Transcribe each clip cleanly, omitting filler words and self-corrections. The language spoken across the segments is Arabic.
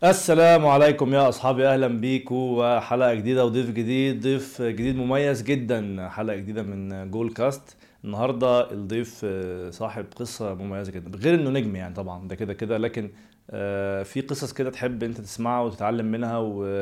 السلام عليكم يا اصحابي، اهلا بيكم وحلقه جديده وضيف جديد، ضيف جديد مميز جدا، حلقه جديده من جول كاست. النهارده الضيف صاحب قصه مميزه جدا، غير انه نجم يعني طبعا ده كده كده، لكن في قصص كده تحب انت تسمعها وتتعلم منها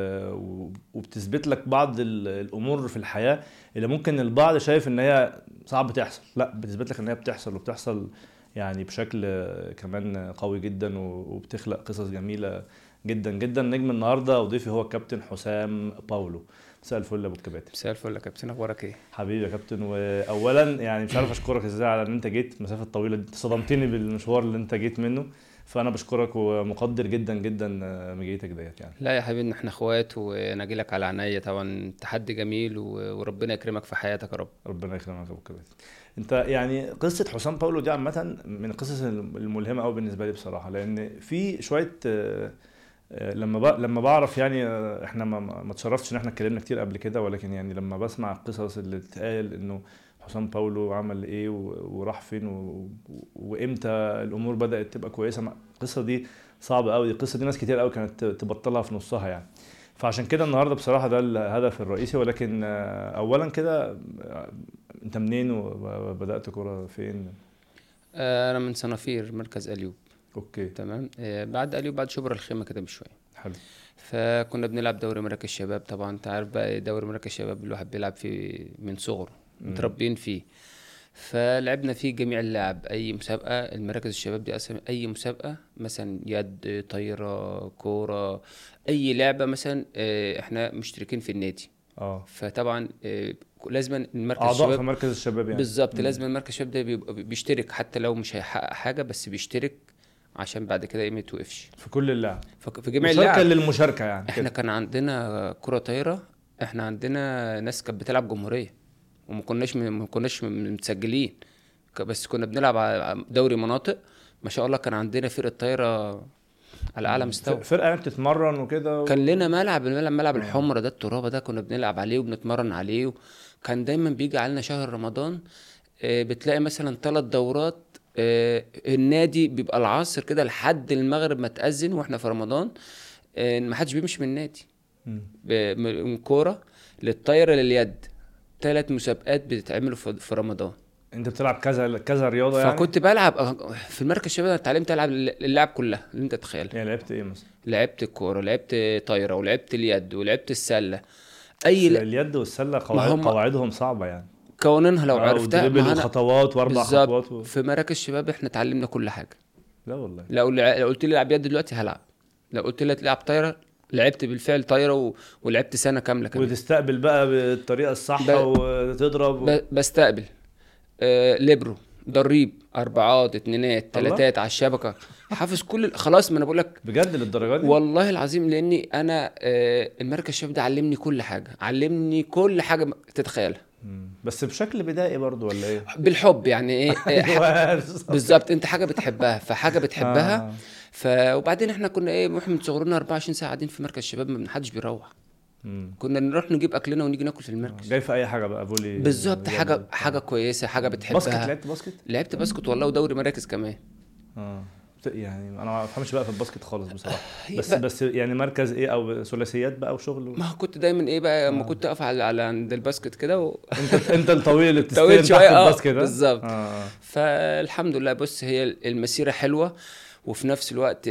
وبتثبت لك بعض الامور في الحياه اللي ممكن البعض شايف ان هي صعب تحصل، لا بتثبت لك ان هي بتحصل وبتحصل يعني بشكل كمان قوي جدا، وبتخلق قصص جميله جدا جدا. نجم النهارده وضيفي هو كابتن حسام باولو. مساء الفل يا ابو الكباتن. مساء الفل يا كابتن، اخبارك ايه؟ حبيبي يا كابتن، واولا يعني مش عارف اشكرك ازاي على ان انت جيت مسافه طويله دي، صدمتني بالمشوار اللي انت جيت منه، فانا بشكرك ومقدر جدا جدا مجيتك ديت يعني. لا يا حبيبي، احنا اخوات وانا اجي لك على عينيا طبعا. تحدي جميل وربنا يكرمك في حياتك يا رب. ربنا يكرمك يا ابو الكباتن. انت يعني قصه حسام باولو دي عامه من القصص الملهمه قوي بالنسبه لي بصراحه، لان في شويه لما بعرف يعني احنا ما اتشرفتش ان احنا اتكلمنا كتير قبل كده، ولكن يعني لما بسمع القصص اللي بتتقال انه حسام باولو عمل ايه وراح فين وامتى الامور بدأت تبقى كويسه، القصه دي صعبه قوي، القصه دي ناس كتير قوي كانت تبطلها في نصها يعني. فعشان كده النهارده بصراحه ده الهدف الرئيسي، ولكن اولا كده انت منين وبدأت كوره فين؟ انا من صنافير مركز اليوب. اوكي. تمام. بعد اليوب، بعد شبرا الخيمه كده بشويه. حلو. فكنا بنلعب دوري مراكز شباب. طبعا انت عارف بقى إيه دوري مراكز شباب، الواحد بيلعب فيه من صغره، امم. متربيين فيه. فلعبنا فيه جميع اللعب، اي مسابقه. المراكز الشباب دي اصلا اي مسابقه، مثلا يد، طايره، كوره، اي لعبه مثلا. احنا مشتركين في النادي. اه. فطبعا لازم المركز اعضاء في الشباب. مركز الشباب يعني. بالظبط، لازم المركز الشباب ده بيبقى بيشترك، حتى لو مش هيحقق حاجه بس بيشترك عشان بعد كده ايه ما يتوقفش. في كل اللعب. في جميع مشاركة اللعب. للمشاركة يعني احنا كده. كان عندنا كره طايره. احنا عندنا ناس كانت بتلعب جمهوريه، وما كناش متسجلين. بس كنا بنلعب على دوري مناطق. ما شاء الله كان عندنا فرقه طايره على اعلى مستوى. فرقة يعني بتتمرن وكده كان لنا ملعب اه. الحمرة ده، الترابة ده كنا بنلعب عليه وبنتمرن عليه. كان دايما بيجي علينا شهر رمضان. بتلاقي مثلا 3 دورات. النادي بيبقى العصر كده لحد المغرب ما تأذن واحنا في رمضان. ما حدش بيمشي من النادي. مم. من كورة للطايرة لليد. 3 مسابقات بتتعملوا في رمضان. انت بتلعب كذا كذا رياضة يعني؟ فكنت بلعب في المركز الشباب. أنا اتعلمت العب اللعب كلها اللي انت تتخيلها. يعني لعبت ايه مثلا؟ لعبت الكوره، لعبت طايره، ولعبت اليد، ولعبت السله. بس لا. اليد والسلة ما هم قواعدهم صعبة يعني. قوانينها لو اه، عرفتها، ودريبل ما انا وخطوات واربع بالظبط. خطوات في مراكز الشباب احنا اتعلمنا كل حاجه. لا والله. لو قلت لي العب يد دلوقتي هلعب. لو قلت لي العب طايره، لعبت بالفعل طايره ولعبت سنه كامله كمان. وتستقبل بقى بالطريقة الصح ب... وتضرب بستقبل. ليبرو، ضريب، اربعات، اتنينات، الله. تلاتات على الشبكه. حافظ خلاص، ما انا بقول لك. بجد للدرجة دي؟ والله العظيم، لاني انا المركز الشباب ده علمني كل حاجه، علمني كل حاجه تتخيلها. بس بشكل بدائي برضو ولا ايه؟ بالحب يعني ايه. ايوه. بالظبط، انت حاجه بتحبها فحاجه بتحبها. اه. وبعدين احنا كنا ايه، احنا من صغرنا 24 ساعه قاعدين في مركز الشباب، ما حدش بيروح. كنا نروح نجيب اكلنا ونيجي ناكل في المركز. جاي في اي حاجة بقى، فولي؟ بالظبط، حاجه اه. حاجه كويسه، حاجه باسكت، بتحبها. لعبت باسكت؟ لعبت باسكت والله، ودوري مراكز كمان. اه. يعني انا ما بفهمش بقى في الباسكت خالص بصراحه. هي بس بقى. بس يعني مركز ايه او ثلاثيات بقى وشغل ما هو كنت دايما ايه بقى، لما اه. كنت اقف على عند الباسكت كده. انت الطويل اللي طويل بتستلم شويه، تحت الباسكت ده. بالظبط. اه. فالحمد لله، بص، هي المسيره حلوه، وفي نفس الوقت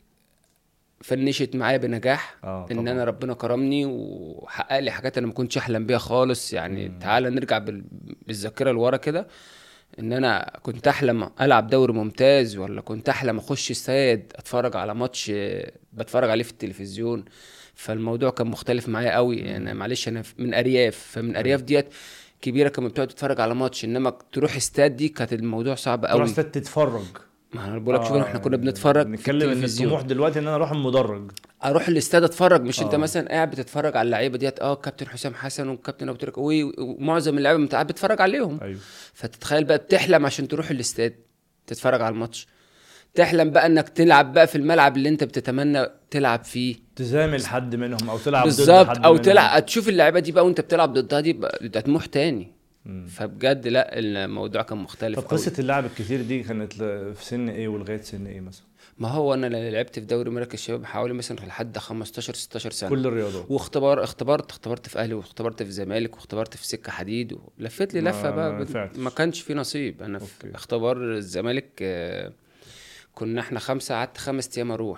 فنشت معايا بنجاح. اه ان طبعا. انا ربنا كرمني وحقق لي حاجات انا ما كنتش احلم بيها خالص. يعني امم. تعالى نرجع بالذاكره لورا كده. ان انا كنت احلم العب دوري ممتاز، ولا كنت احلم اخش استاد اتفرج على ماتش بتفرج عليه في التلفزيون. فالموضوع كان مختلف معايا قوي يعني. معلش، انا من ارياف، فمن ايوه. ارياف ديت كبيره، كانت بتقعد تتفرج على ماتش، انما تروح استاد دي كانت الموضوع صعب تروح قوي. استاد تتفرج؟ ما انا بقول لك، شوف احنا اه كنا يعني بنتفرج في بنتكلم ان التلفزيون. الطموح دلوقتي ان انا اروح المدرج. اروح الاستاد اتفرج، مش انت اه. مثلا قاعد بتتفرج على اللعيبه ديت، كابتن حسام حسن وكابتن ابو تريكه ومعظم اللعيبه انت قاعد بتتفرج عليهم. ايوه. فتتخيل بقى، بتحلم عشان تروح الاستاد تتفرج على الماتش. تحلم بقى انك تلعب بقى في الملعب اللي انت بتتمنى تلعب فيه. تزامل حد منهم او تلعب ضد بالظبط، حد او منهم. تلعب تشوف اللعيبه دي بقى وانت بتلعب ضدها، دي ده طموح تاني. مم. فبجد لا، الموضوع كان طب مختلف قوي. قصة اللعب الكتير دي كانت في سن ايه ولغاية سن ايه مثلا؟ ما هو انا لعبت في دوري مراكز الشباب حوالي مثلا لحد 15 16 سنه، كل الرياضات. اختبرت في اهلي، واختبرت في زمالك، واختبرت في سكه حديد، ولفيت لي لفه ما بقى. نفعتش. ما كانش في نصيب. انا في اوكي. اختبار الزمالك كنا احنا 5، قعدت 5 ايام اروح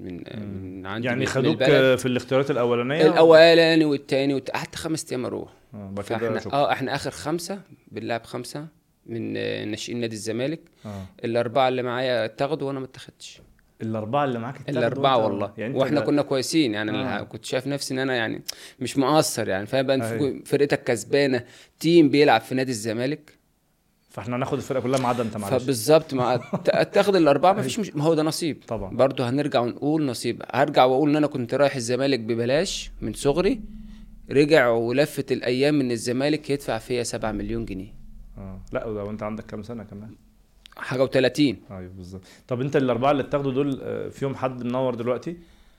من عندي يعني من خدوك البلد. في الاختيارات الاولانيه الاولاني والتاني قعدت 5 ايام اروح. بعد كده فاحنا شكرا. احنا اخر 5 بنلعب 5 من ناشئين نادي الزمالك. اه الاربعه اللي معايا اتاخدوا وانا ما اتاخدتش. الاربعه اللي معاك اتاخدوا الاربعه وانت والله. يعني انت واحنا كنا كويسين يعني. آه. كنت شايف نفسي ان انا يعني مش مقصر يعني، فاهم بقى؟ أيوة. فرقتك كسبانه، تيم بيلعب في نادي الزمالك، فاحنا هناخد الفرقه كلها ما عدا انت، معلش. فبالظبط ما تاخد الاربعه ما فيش ما هو ده نصيب طبعا. برضه. هنرجع ونقول نصيب. هرجع واقول ان انا كنت رايح الزمالك ببلاش من صغري، رجع ولفت الايام ان الزمالك يدفع فيا 7 مليون جنيه. لا ده وانت عندك كام سنه كمان؟ حاجه و30. ايوه بالظبط. طب انت الاربعه اللي اتاخدوا دول فيهم حد منور دلوقتي؟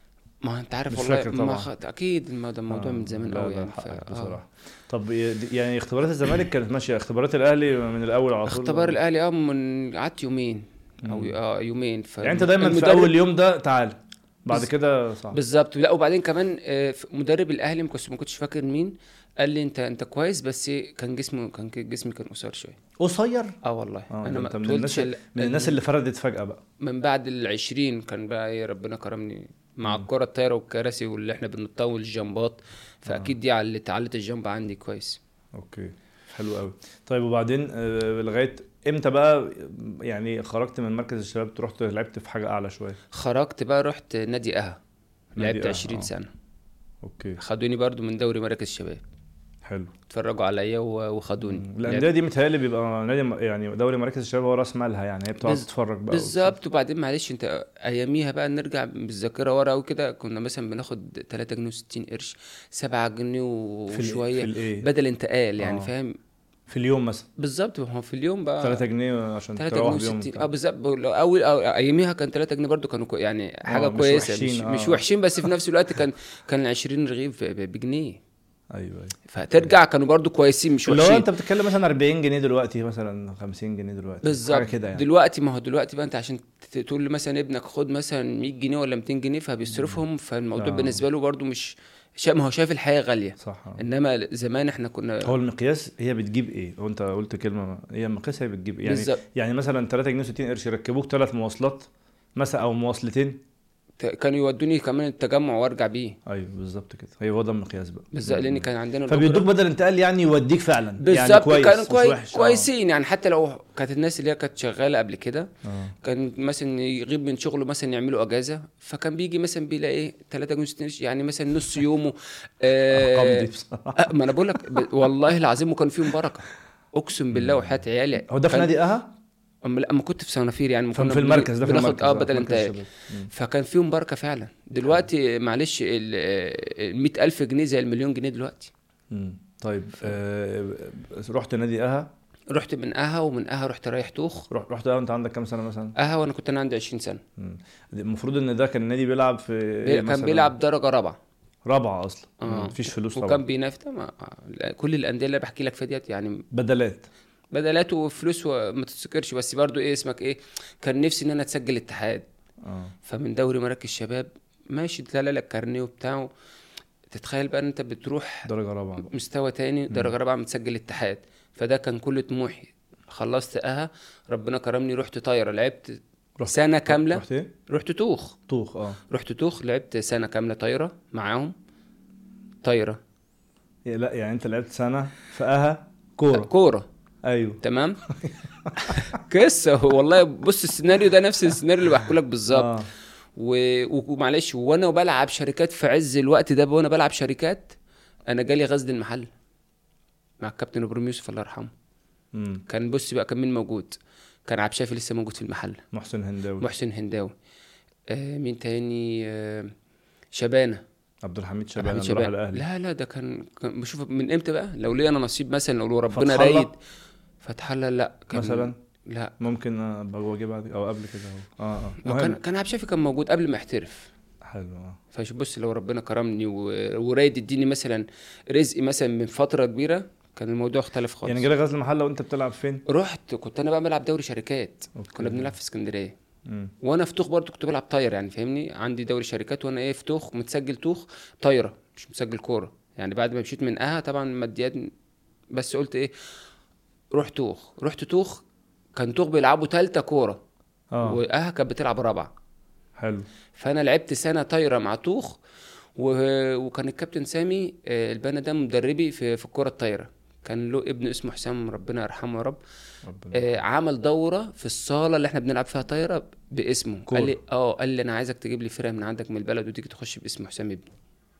ما انت عارف مش والله فاكر طبعا. اكيد ده الموضوع من زمان لا قوي ده يعني. حقك بصراحه. طب يعني اختبارات الزمالك كانت ماشيه، اختبارات الاهلي من الاول على طول؟ اختبار الاهلي من قعدت يومين او يومين. يعني انت دايما في اول يوم ده تعال، بعد كده صح بالظبط. لا وبعدين كمان مدرب الاهلي ما كنتش فاكر مين، قال لي انت كويس، بس كان جسمي كان قصير شويه. قصير؟ والله انا ما انت من الناس اللي فردت فجاه بقى من بعد ال20 كان بقى ايه، ربنا كرمني مع الكره الطايره والكراسي واللي احنا بنطول الجمبات، فاكيد دي علت الجمب عندي كويس. اوكي حلو قوي. طيب وبعدين لغايه امتى بقى يعني خرجت من مركز الشباب رحت لعبت في حاجه اعلى شويه؟ خرجت بقى رحت نادي اها، لعبت 20 سنه. اوكي. خدوني برضو من دوري مراكز الشباب. حلو. اتفرجوا عليا وخدوني. الانديه دي متهيألي بيبقى نادي يعني دوري مراكز الشباب هو راس مالها، يعني هي بتقعد تتفرج بقى بالظبط. وبعدين معلش انت اياميها بقى نرجع بالذاكره ورا وكده، كنا مثلا بناخد 3 جنيه و60 قرش، 7 جنيه وشويه بدل انتقال يعني، فاهم؟ في اليوم مثلا بالظبط. هو في اليوم بقى 3 جنيه عشان 3 تروح جنيه بيوم. بالظبط. اول اياميها كان 3 جنيه برضو كانوا يعني حاجه مش كويسه، وحشين. مش وحشين، بس في نفس الوقت كان 20 رغيف بجنيه. ايوه. فترجع كانوا برضو كويسين مش وحشين. لو انت بتتكلم مثلا 40 جنيه دلوقتي، مثلا 50 جنيه دلوقتي بالظبط كده يعني. دلوقتي ما هو دلوقتي بقى انت عشان تقول مثلا ابنك خد مثلا 100 جنيه ولا 200 جنيه فبيصرفهم، فالموضوع بالنسبه له برضو مش ما هو شايف الحياه غاليه. صح. انما زمان احنا كنا هو المقياس هي بتجيب ايه؟ هو انت قلت كلمه، هي المقياس هي بتجيب ايه يعني؟ بالزبط. يعني مثلا 3 جنيه و60 قرش يركبوك 3 مواصلات مثلا او مواصلتين، كانوا يودوني كمان التجمع وارجع بيه. ايوه بالظبط كده. هو ده المقياس بقى بالظبط. لان كان عندنا فبيدوك بدل انتقال يعني يوديك فعلا بالظبط. يعني كويس. كانوا كويسين يعني. حتى لو كانت الناس اللي هي كانت شغاله قبل كده كان مثلا يغيب من شغله مثلا يعملوا اجازه، فكان بيجي مثلا بيلاقي 3 جنيه 60 يعني مثلا نص يومه. ارقام دي بصراحه. ما انا بقول لك والله العظيم، وكان فيهم بركه اقسم بالله وحياه عيالي. هو ده في نادي اها؟ اما كنت في صنافير يعني في المركز ده، في المركز بدل انت. فكان فيهم بركه فعلا. دلوقتي معلش ال 100,000 جنيه زي المليون جنيه دلوقتي. طيب رحت نادي اها؟ رحت من اها، ومن اها رحت رايح توخ. رحت اها وانت عندك كام سنه مثلا؟ اها وانا كنت عندي 20 سنه. المفروض ان ده كان نادي بيلعب في كان بيلعب درجه رابعه اصلا. مفيش فلوس طبعا. وكان بينافس كل الانديه اللي بحكي لك فيها ديت يعني بدلات وفلوس وما تتذكرش، بس برضو ايه اسمك ايه. كان نفسي ان انا اتسجل اتحاد. فمن دوري مراكز الشباب ماشي تلاقي لك كارنيه وبتاعه. تتخيل بقى ان انت بتروح درجه رابعه مستوى تاني، درجه رابعه متسجل اتحاد. فده كان كل طموحي. خلصت اها، ربنا كرمني، رحت طايره لعبت سنه كامله. رحت ايه؟ رحت توخ. رحت توخ لعبت سنه كامله طايره معاهم. طايره. لا يعني انت لعبت سنه في اها كوره. ايوه تمام. قصه والله. بص السيناريو ده نفس السيناريو اللي بحكي لك بالظبط. ومعلش وانا بلعب شركات في عز الوقت ده، وانا بلعب شركات انا جالي غزل المحل مع الكابتن ابراهيم يوسف الله يرحمه. كان بص بقى كان مين موجود؟ كان عبد الشافي لسه موجود في المحل، محسن هنداوي. مين تاني؟ شبانه، عبد الحميد شبانه اللي راح الاهلي. لا ده كان بشوف من امتى بقى. لو لي انا نصيب مثلا، لو ربنا رايد فتح الله. لا مثلا لا ممكن ابقى اجي بعد او قبل كده كان عبد الشافي كان موجود قبل ما يحترف. حلو. فشوف بص لو ربنا كرمني ورايد اديني مثلا رزق مثلا من فتره كبيره، كان الموضوع اختلف خالص. يعني جالي غزل المحله وانت بتلعب فين؟ كنت انا بقى بلعب دوري شركات. كنا بنلعب في اسكندريه. وانا في طوخ برضو كنت بلعب طايره يعني فاهمني، عندي دوري شركات وانا ايه في طوخ متسجل طوخ طايره مش متسجل كوره يعني. بعد ما مشيت من طبعا ماديات، بس قلت ايه رحت طوخ. كان طوخ بيلعبوا تالتة كوره كانت بتلعب رابعه. حلو. فانا لعبت سنه طايره مع طوخ وكان الكابتن سامي البنا ده مدربي في الكره الطايره. كان له ابن اسمه حسام ربنا يرحمه يا رب. عمل دوره في الصاله اللي احنا بنلعب فيها طايره باسمه. قال لي انا عايزك تجيب لي فرقه من عندك من البلد وتيجي تخش باسم حسام ابني.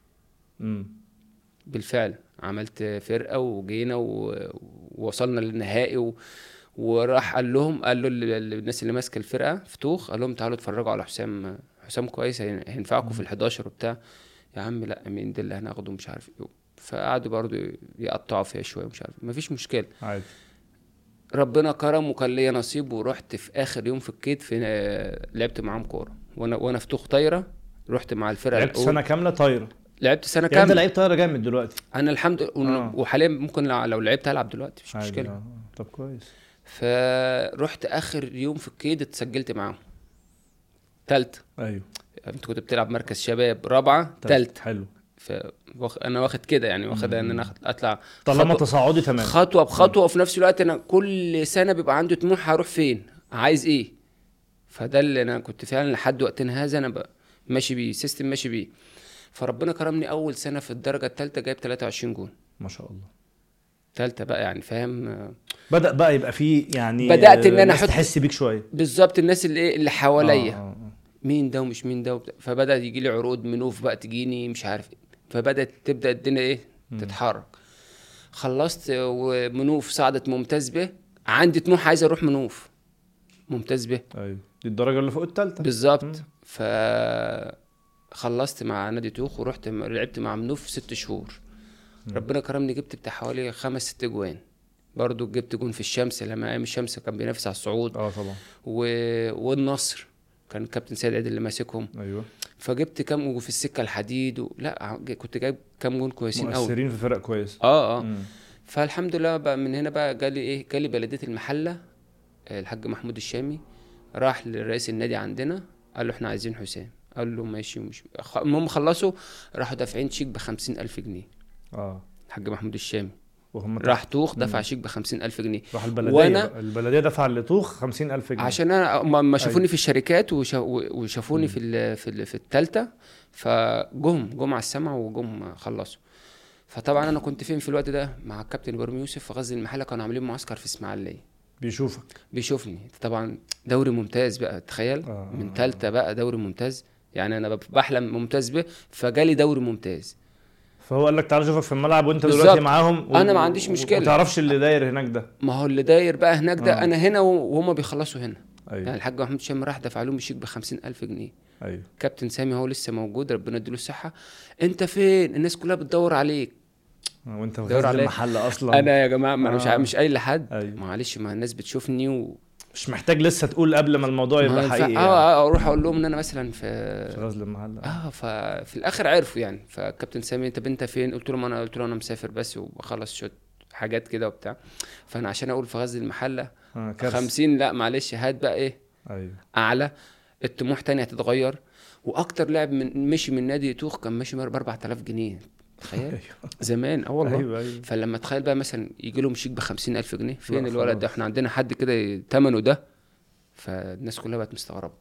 بالفعل عملت فرقه وجينا ووصلنا للنهائي وراح قال له الناس اللي ماسكه الفرقه في طوخ، قال لهم تعالوا اتفرجوا على حسام كويس هينفعكم في ال11 وبتاع. يا عم لا مين ده اللي هناخده مش عارف ايه. فقعدوا برضو يقطعوا فيها شويه مش عارف، مفيش مشكله عادي. ربنا كرم وكان ليا نصيب، ورحت في اخر يوم في الكيد لعبت معاهم كوره وانا في طوخ طايره. رحت مع الفرقه لعبت سنه كامله طايره. لعبت سنه يعني كامله. انت لعيب طايره جامد دلوقتي. انا الحمد لله وحاليا ممكن لو لعبت العب دلوقتي مش مشكله. طب كويس. فرحت اخر يوم في الكيد اتسجلت معاهم تالتة. ايوه انت كنت بتلعب مركز شباب رابعه تالتة. حلو. انا واخد كده يعني واخد ان انا اطلع طالما تصاعدي تمام خطوه بخطوه. وفي نفس الوقت انا كل سنه بيبقى عندي طموح هروح فين عايز ايه. فده اللي انا كنت فعلا لحد وقتنا هذا انا ماشي بيه سيستم ماشي بيه. فربنا كرمني اول سنه في الدرجه الثالثه جايب 23 جون ما شاء الله. ثالثه بقى يعني فاهم. بدأ بقى يبقى فيه يعني بدأت ان انا تحس بيك شويه بالظبط. الناس اللي حواليا مين ده ومش مين ده فبدأ يجي لي عروض منوف بقى تجيني مش عارف ايه. فبدأت الدنيا تتحرك. خلصت ومنوف صعدت ممتاز به. عندي طموح عايز اروح منوف ممتاز به. ايوه دي الدرجه اللي فوق الثالثه بالظبط. خلصت مع نادي طوخ ورحت لعبت مع منوف 6 شهور. ربنا كرمني جبت بتاع حوالي 5-6 جوان. برضو جبت جون في الشمس لما ايام الشمس كان بينافس على الصعود. طبعا. والنصر كان الكابتن سيد عيد اللي ماسكهم. ايوه. فجبت كام جون في السكه الحديد لا كنت جايب كام جون كويسين قوي مؤثرين في فرق كويس. فالحمد لله بقى من هنا بقى جالي بلديه المحله. الحاج محمود الشامي راح لرئيس النادي عندنا قال له احنا عايزين حسام. قال له ماشي ومش المهم خلصوا راحوا دافعين شيك ب50,000 جنيه. الحاج محمود الشامي راح طوخ دفع شيك ب50,000 جنيه. راح البلديه البلديه دفع لطوخ 50,000 جنيه عشان انا ما شافوني في الشركات وشافوني في الثالثه. فجم على السمع وجم خلصوا. فطبعا انا كنت فين في الوقت ده مع الكابتن ابراهيم يوسف في غزل المحله. كانوا عاملين معسكر في اسماعيليه. بيشوفني طبعا دوري ممتاز بقى تخيل. من ثالثه بقى دوري ممتاز يعني انا بحلم ممتاز به. فجالي دوري ممتاز. فهو قال لك تعال اشوفك في الملعب وانت دلوقتي معاهم انا ما عنديش مشكله. ما تعرفش اللي داير هناك ده. ما هو اللي داير بقى هناك ده انا هنا وهم بيخلصوا هنا. يعني الحاج محمود الشامي راح دفع لهم الشيك ب50,000 جنيه. كابتن سامي هو لسه موجود ربنا يديله الصحه. انت فين الناس كلها بتدور عليك وانت في غزل المحله اصلا. انا يا جماعه مش قايل لحد. معلش ما الناس بتشوفني مش محتاج لسه تقول قبل ما الموضوع يبقى حقيقي يعني. اروح اقول لهم ان انا مثلا في غزل المحله. ففي الاخر عرفوا يعني. فكابتن سامي انت فين؟ قلت له انا مسافر بس وبخلص شويه حاجات كده وبتاع. فانا عشان اقول في غزل المحله 50 لا معلش هات بقى ايه. اعلى الطموح تاني هتتغير. واكتر لاعب مشي من نادي طوخ كان ماشي ب4000 جنيه تخيل. زمان والله. فلما تخيل بقى مثلا يجي لهم شيك ب50,000 جنيه فين الولد ده؟ احنا عندنا حد كده ثمنه ده. فالناس كلها بقت مستغربه.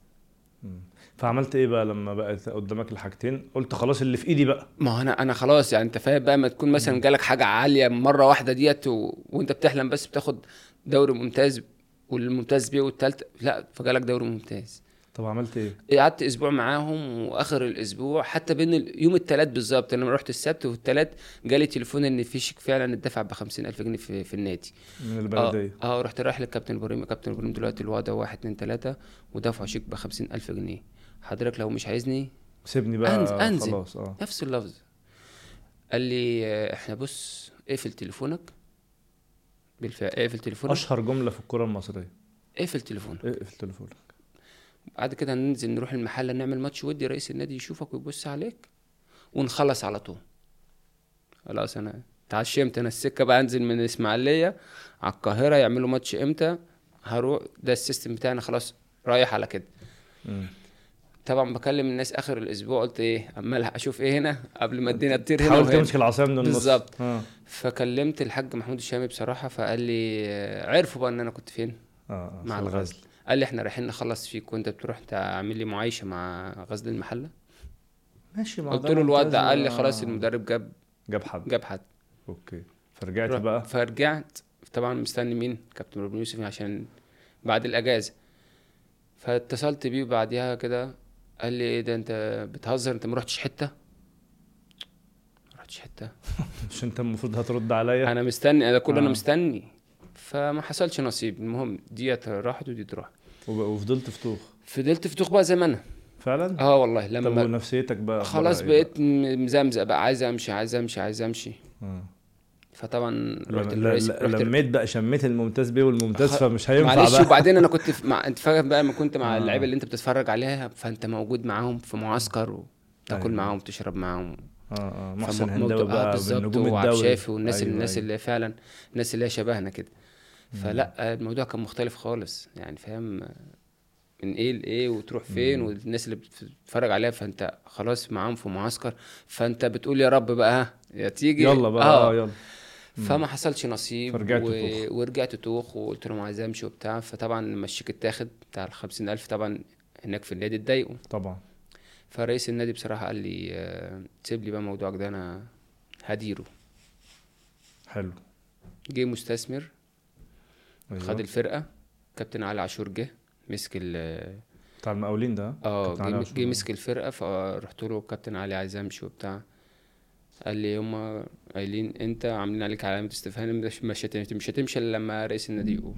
فعملت ايه بقى لما بقت قدامك الحاجتين؟ قلت خلاص اللي في ايدي بقى. ما هو انا خلاص يعني انت فاهم بقى. ما تكون مثلا جالك حاجه عاليه مره واحده ديت وانت بتحلم بس بتاخد دوري ممتاز والممتاز بيه والثالث لا فجالك دوري ممتاز. طب عملت ايه؟ قعدت اسبوع معاهم واخر الاسبوع حتى بين يوم الثلاث بالظبط لما رحت السبت والثلاث جالي تليفون ان في شيك فعلا اتدفع ب50,000 جنيه في النادي من البلديه. رحت رايح للكابتن ابراهيم. كابتن ابراهيم دلوقتي الوضع 1 2 3 ودفعوا شيك ب50,000 جنيه. حضرتك لو مش عايزني سيبني بقى أنزل. خلاص. نفس اللفظ. قال لي احنا بص اقفل تليفونك. بالفعل اقفل تليفونك. اشهر جمله في الكره المصريه اقفل تليفونك. اقفل تليفونك. بعد كده ننزل نروح المحله نعمل ماتش ودي رئيس النادي يشوفك ويبص عليك ونخلص على طول. خلاص انا اتعشمت. انا السكه بقى انزل من اسماعيليه على القاهره يعملوا ماتش امتى هروح. ده السيستم بتاعنا خلاص رايح على كده. طبعا بكلم الناس اخر الاسبوع، قلت ايه اما الحق اشوف ايه هنا قبل ما الدنيا تطير هنا حاول وهنا. تمسك العصايه من النص بالظبط. فكلمت الحاج محمود الشامي بصراحه، فقال لي عرفوا بقى ان انا كنت فين مع الغزل. قال لي احنا رايحين نخلص فيك، وانت بتروح تعمل لي معايشه مع غزل المحله. ماشي. قلت له الواد ده. قال لي خلاص المدرب جاب حد. اوكي. فرجعت بقى. فرجعت طبعا مستني مين؟ كابتن ربيع يوسف عشان بعد الاجازه. فاتصلت بيه بعديها كده، قال لي ايه ده انت بتهزر، انت ما رحتش حته؟ مش انت المفروض هترد عليا؟ انا مستني، انا كل انا مستني. فما حصلش نصيب. المهم ديت راحت ودي تروح. وفضلت فتوخ بقى زي ما انا فعلا. والله. لما طب ونفسيتك بقى خلاص بقيت مزمزق بقى، عايز امشي. فطبعا رحت لميت بقى، شميت الممتاز بيه والممتاز، فمش هينفع معلش بقى. وبعدين انا كنت انت فاهم بقى، ما كنت مع اللعيبه اللي انت بتتفرج عليها، فانت موجود معاهم في معسكر وتاكل معاهم وتشرب معاهم. محسن هنداوي بقى بالنجوم الدولي شافي والناس الناس اللي فعلا الناس اللي شبهنا كده. فلا الموضوع كان مختلف خالص يعني، فاهم من ايه لايه وتروح فين، والناس اللي بتتفرج عليها فانت خلاص معاهم في معسكر، فانت بتقول يا رب بقى يا تيجي يلا بقى. يلا. فما حصلش نصيب ورجعت توخ، وقلت لهم عايز امشي وبتاع. فطبعا لما الشيك اتاخد بتاع 50,000 طبعا هناك في النادي اتضايقوا طبعا. فرئيس النادي بصراحه قال لي سيب لي بقى موضوعك ده انا هديره. حلو. جه مستثمر خد الفرقه، كابتن علي عاشور جه مسك بتاع المقاولين ده. جه مسك الفرقه. فرحت له كابتن علي عايز امشي وبتاع. قال لي هما قايلين انت عاملين عليك علامه استفهام، مش هتمشي الا لما رئيس النادي يقول.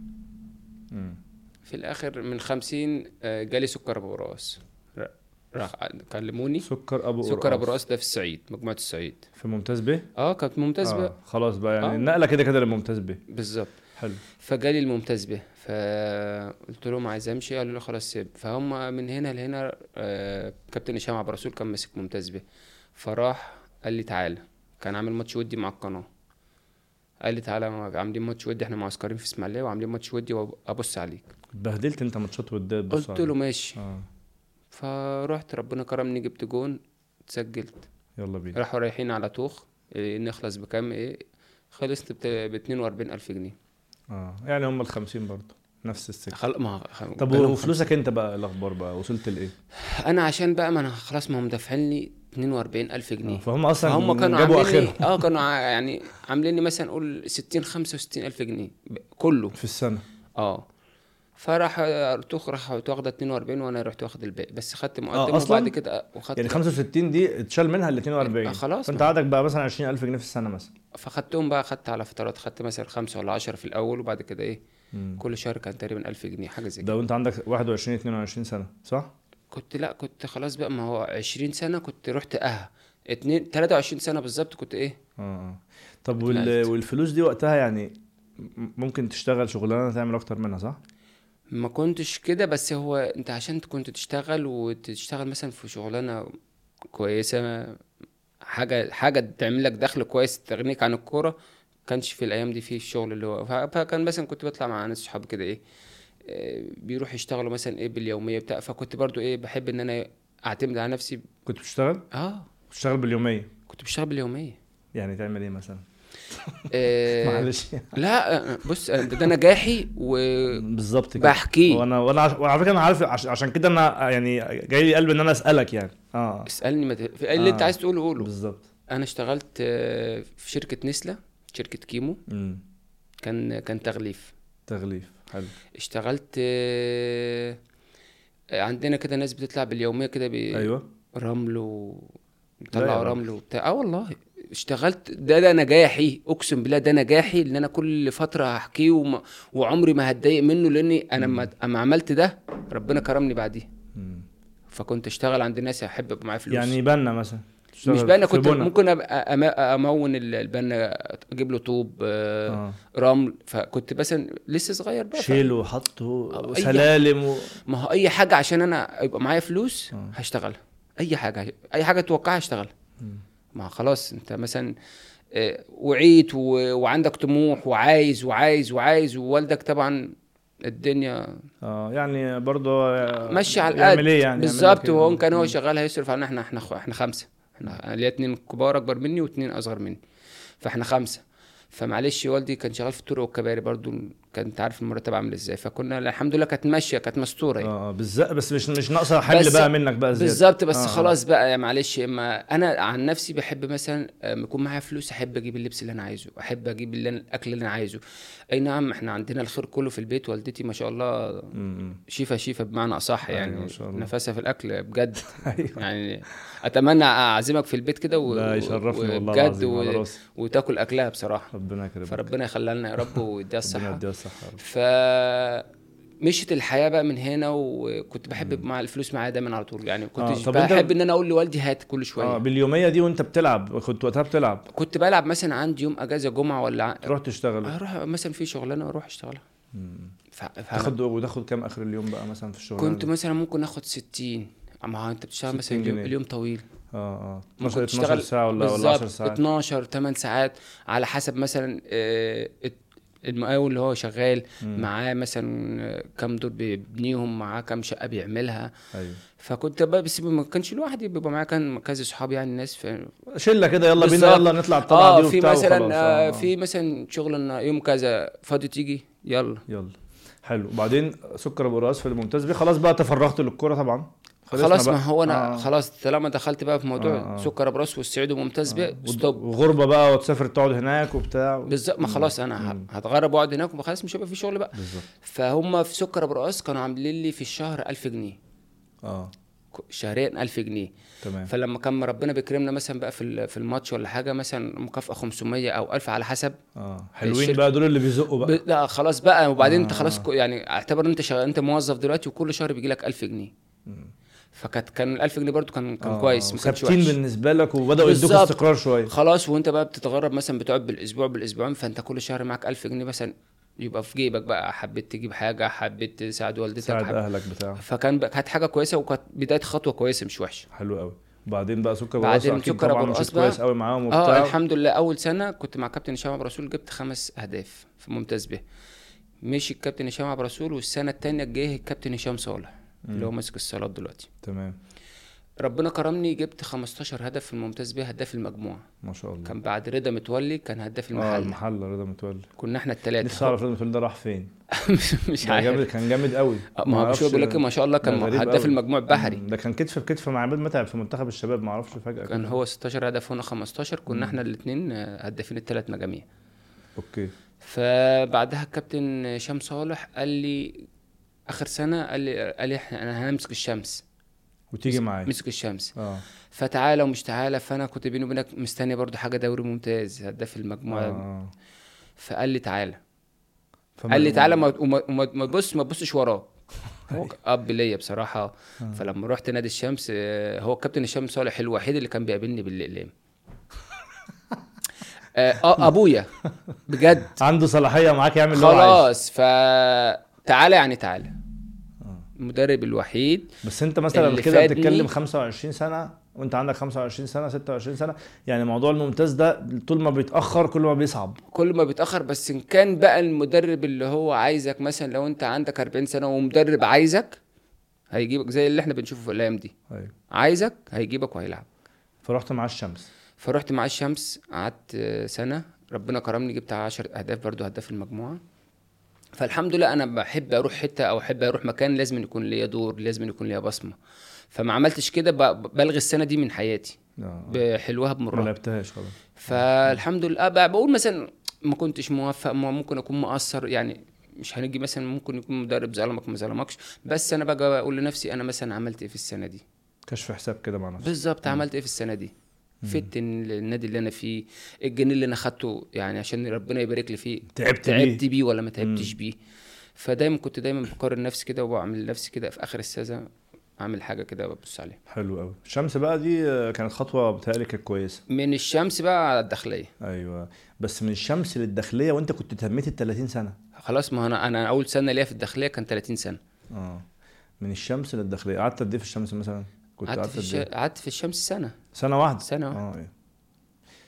في الاخر من 50 جالي سكر ابو راس، راح كلموني. سكر ابو راس ده في الصعيد، مجموعه الصعيد في ممتاز به. كانت ممتاز به. خلاص بقى يعني النقله كده للممتاز به. بالظبط. حلو. فجالي الممتاز به، فقلت لهم عايز امشي، قالوا لي خلاص سيب. فهم من هنا لهنا كابتن هشام عبد الرسول كان ماسك ممتاز به، فراح قال لي تعالى، كان عامل ماتش ودي مع القناه. قال لي تعالى عاملين ماتش ودي، احنا معسكرين في اسماعيليه وعاملين ماتش ودي وابص عليك. اتبهدلت انت ماتشات وديه تبص قلت له ماشي. فرحت ربنا كرمني جبت جون اتسجلت. يلا بينا. راحوا رايحين على توخ نخلص بكام خلصت ب 42,000 جنيه. يعني هم ال50 برضه نفس السكه. طب وفلوسك انت بقى الاخبار بقى وصلت لايه؟ انا عشان بقى ما انا خلاص ما هم دافعين لي 42,000 جنيه. فهم اصلا هم كانوا جابوا اخرهم. كانوا يعني عاملين لي مثلا نقول 65,000 جنيه كله في السنه. فراح راح واخده 42 وانا رحت واخد الباقي، بس خدت مقدم وبعد كده وخدت يعني 65 دي اتشال منها ال 42. خلاص. فانت عندك بقى مثلا 20,000 جنيه في السنه مثلا. فخدتهم بقى، خدت على فترات، خدت مثلا 5 ولا 10 في الاول، وبعد كده كل شهر كان تقريبا 1000 جنيه حاجه زي كده. ده وانت عندك 21 22 سنه صح؟ كنت خلاص بقى، ما هو 20 سنه كنت رحت 23 سنه بالظبط كنت طب والفلوس دي وقتها يعني ممكن تشتغل شغلانه تعمل اكتر منها صح؟ ما كنتش كده، بس هو انت عشان كنت تشتغل مثلا في شغلانه كويسه، حاجه تعمل لك دخل كويس تغنيك عن الكوره، كانش في الايام دي في الشغل اللي هو. فكان مثلا كنت بطلع مع ناس صحابي كده بيروح يشتغلوا مثلا باليوميه بتاع. فكنت برضو بحب ان انا اعتمد على نفسي. كنت بتشتغل؟ بتشتغل باليوميه؟ كنت بشتغل باليوميه. يعني تعمل ايه مثلا؟ معلش. لا بص ده نجاحي بالظبط كده بحكي. وانا على فكره انا عارف، عشان كده انا يعني جاي لي قلبي ان انا اسالك يعني. اسالني اللي انت عايز تقوله. بالظبط. انا اشتغلت في شركه نسلة، شركه كيمو. كان تغليف. حلو. اشتغلت عندنا كده ناس بتطلع باليوميه كده ايوه رمل وطلعوا رمل وبتاع. والله اشتغلت. ده نجاحي، اقسم بالله ده نجاحي، ان انا كل فتره احكيه وعمري ما هتضايق منه، لاني انا اما عملت ده ربنا كرمني بعديه. فكنت اشتغل عند ناس احب ابقى معايا فلوس. يعني بنا مثلا مش بنا، كنت ممكن ابقى امون البنا، اجيب له طوب رمل. فكنت مثلا لسه صغير بقى شيله وحطه سلالم ما هو اي حاجه عشان انا يبقى معايا فلوس هشتغلها. اي حاجه توقعها هشتغلها. ما خلاص انت مثلا وعيت وعندك طموح وعايز ووالدك طبعا الدنيا يعني برضه ماشي على يعمل القد ايه يعني؟ بالظبط. وهو كان هو شغال هيصرف علينا احنا خمسه، احنا ليا 2 كبار اكبر مني و2 اصغر مني، فاحنا خمسه. فمعلش والدي كان شغال في الطرق والكباري برضو، كنت عارف المرتب عامل ازاي، فكنا الحمد لله كانت ماشيه، كانت مستوره يعني. بالظبط. بس مش ناقصه حمل بس بقى منك بقى زياده. بالظبط. بس خلاص بقى يا معلش، اما انا عن نفسي بحب مثلا يكون معايا فلوس احب اجيب اللبس اللي انا عايزه، احب اجيب الاكل اللي انا عايزه. اي نعم احنا عندنا الخير كله في البيت، والدتي ما شاء الله شيفه بمعنى اصح يعني. أيوة ما شاء الله. نفسها في الاكل بجد. أيوة. يعني اتمنى اعزمك في البيت كده لا يشرفني والله وبجد العظيم، على راسي. وتاكل اكلها بصراحه. ربنا يكرمك. فربنا يخليها لنا يا رب ويديها ربنا الصحه. يديها الصحه يا رب. ف مشيت الحياه بقى من هنا، وكنت بحب مع الفلوس معايا دايما على طول يعني. كنت طب انت بحب ان انا اقول لوالدي هات كل شويه. باليوميه دي وانت بتلعب كنت وقتها بتلعب؟ كنت بلعب مثلا عندي يوم اجازه جمعه ولا تروح تشتغل؟ اروح مثلا في شغلانه اروح اشتغلها. تاخد كام اخر اليوم بقى مثلا في الشغلانه كنت دي؟ مثلا ممكن اخد 60. اما هو انت بتشتغل مثلا 60 جنيه. اليوم طويل. 12 ساعه ولا 10 ساعات؟ 12 8 ساعات على حسب مثلا المقاول اللي هو شغال معاه مثلا كام دور بيبنيهم، معاه كام شقه بيعملها. ايوه. فكنت بقى بس ما كانش لوحدي، بيبقى معايا كان كذا صحابي يعني ناس شله كده، يلا بينا يلا نطلع الطلعه دي في وبتاع مثلا في مثلا شغل يوم كذا فاضي تيجي يلا. حلو. وبعدين سكر ابو راس في الممتاز بيه، خلاص بقى تفرغت للكوره طبعا. خلاص ما هو انا خلاص طالما دخلت بقى في موضوع سكر ابو راس والسعيد وممتاز بيه ستوب. وغربه بقى وتسافر تقعد هناك وبتاع بالظبط. ما خلاص انا هتغرب واقعد هناك وخلاص مش هيبقى في شغل بقى. بالظبط. فهم في سكر ابو راس كانوا عاملين لي في الشهر 1000 جنيه شهريا 1000 جنيه. تمام. فلما كان ربنا بيكرمنا مثلا بقى في الماتش ولا حاجه مثلا مكافاه 500 او 1000 على حسب. حلوين بقى دول اللي بيزقوا بقى. لا خلاص بقى. وبعدين انت خلاص يعني اعتبر انت شغال، انت موظف دلوقتي وكل شهر بيجي لك 1000 جنيه. كان ال 1000 جنيه برضو كان كويس، ما كانش وحش بالنسبه لك، وبداوا يدوك استقرار شويه. خلاص. وانت بقى بتتغرب مثلا بتقعد بالاسبوعين، فانت كل شهر معاك 1000 جنيه مثلا يبقى في جيبك بقى، حبيت تجيب حاجه، حبيت تساعد والدتك، تساعد اهلك بتاع. كانت حاجه كويسه، وكانت بدايه خطوه كويسه مش وحشه. حلو قوي. وبعدين بقى سكر ابو راس اكيد طبعا مش كويس قوي معاهم وبتاع. الحمد لله اول سنه كنت مع كابتن هشام عبد الرسول جبت 5 اهداف في ممتاز به. مشي الكابتن هشام عبد الرسول، والسنه الثانيه جه الكابتن هشام صالح اللي هو ماسك الصالات دلوقتي. تمام. ربنا كرمني جبت 15 هدف في الممتاز به، هداف المجموعه ما شاء الله. كان بعد رضا متولي كان هداف المحل رضا متولي. كنا احنا الثلاثه. نفسي اعرف رضا متولي ده راح فين. مش عارف. كان جامد قوي. ما هو مش بقول لك ما شاء الله كان هداف المجموع البحري. ده كان كتف بكتف مع عماد متعب في منتخب الشباب، ما اعرفش فجاه كان هو 16 هدف وانا 15. كنا احنا الاثنين هدافين الثلاث مجاميع. اوكي. فبعدها الكابتن هشام صالح قال لي اخر سنه، قال لي انا هنمسك الشمس وتيجي معايا. مسك الشمس. فتعالى ومش تعالى. فانا كنت بيني وبينك مستني برضو حاجه دوري ممتاز هداف المجموعه. فقال لي تعالى. قال لي تعالى ما تبصش وراه. هو اب ليا بصراحه. فلما رحت نادي الشمس، هو الكابتن هشام صالح الوحيد اللي كان بيقابلني بالاقلام. ابويا بجد عنده صلاحيه معاك يعمل اللي هو عايزه. خلاص. فتعالى يعني تعالى. المدرب الوحيد. بس انت مثلا كده بتتكلم 25 سنه وانت عندك 25 سنه 26 سنه، يعني موضوع الممتاز ده طول ما بيتاخر كل ما بيصعب. كل ما بيتاخر. بس ان كان بقى المدرب اللي هو عايزك، مثلا لو انت عندك 40 سنه ومدرب عايزك هيجيبك، زي اللي احنا بنشوفه في الايام دي. أيوة. عايزك هيجيبك وهيلعب. فرحت مع الشمس. قعدت سنه. ربنا كرمني جبت 10 اهداف برضو هداف المجموعه. فالحمد لله انا بحب اروح حته او احب اروح مكان لازم يكون ليا دور، لازم يكون ليا بصمه. فما عملتش كده، بلغي السنه دي من حياتي بحلوها بمرها، ما لعبتهاش خلاص. فالحمد لله بقول مثلا ما كنتش موفق، ممكن اكون مقصر يعني. مش هنيجي مثلا ممكن يكون مدرب ظلمك ما ظلمكش، بس انا بقى اقول لنفسي انا مثلا عملت ايه في السنه دي. كشف حساب كده مع نفسك. بالظبط. عملت ايه في السنه دي. فدت النادي اللي انا فيه، الجنيه اللي انا خدته يعني عشان ربنا يبارك لي فيه، تعبت بيه ولا ما تعبتش بيه. فدايما كنت بقارن نفسي كده، وبعمل نفسي كده في اخر السنه اعمل حاجه كده ببص عليها. حلو قوي. الشمس بقى دي كانت خطوه بتهيألي كانت كويسه. من الشمس بقى على الداخليه. ايوه. بس من الشمس للداخليه وانت كنت تميت ال 30 سنه. خلاص. ما انا اول سنه ليا في الداخليه كان 30 سنه. من الشمس للداخليه قعدت قد ايه في الشمس مثلا؟ قعدت في الشمس سنه واحده. سنه واحده. إيه.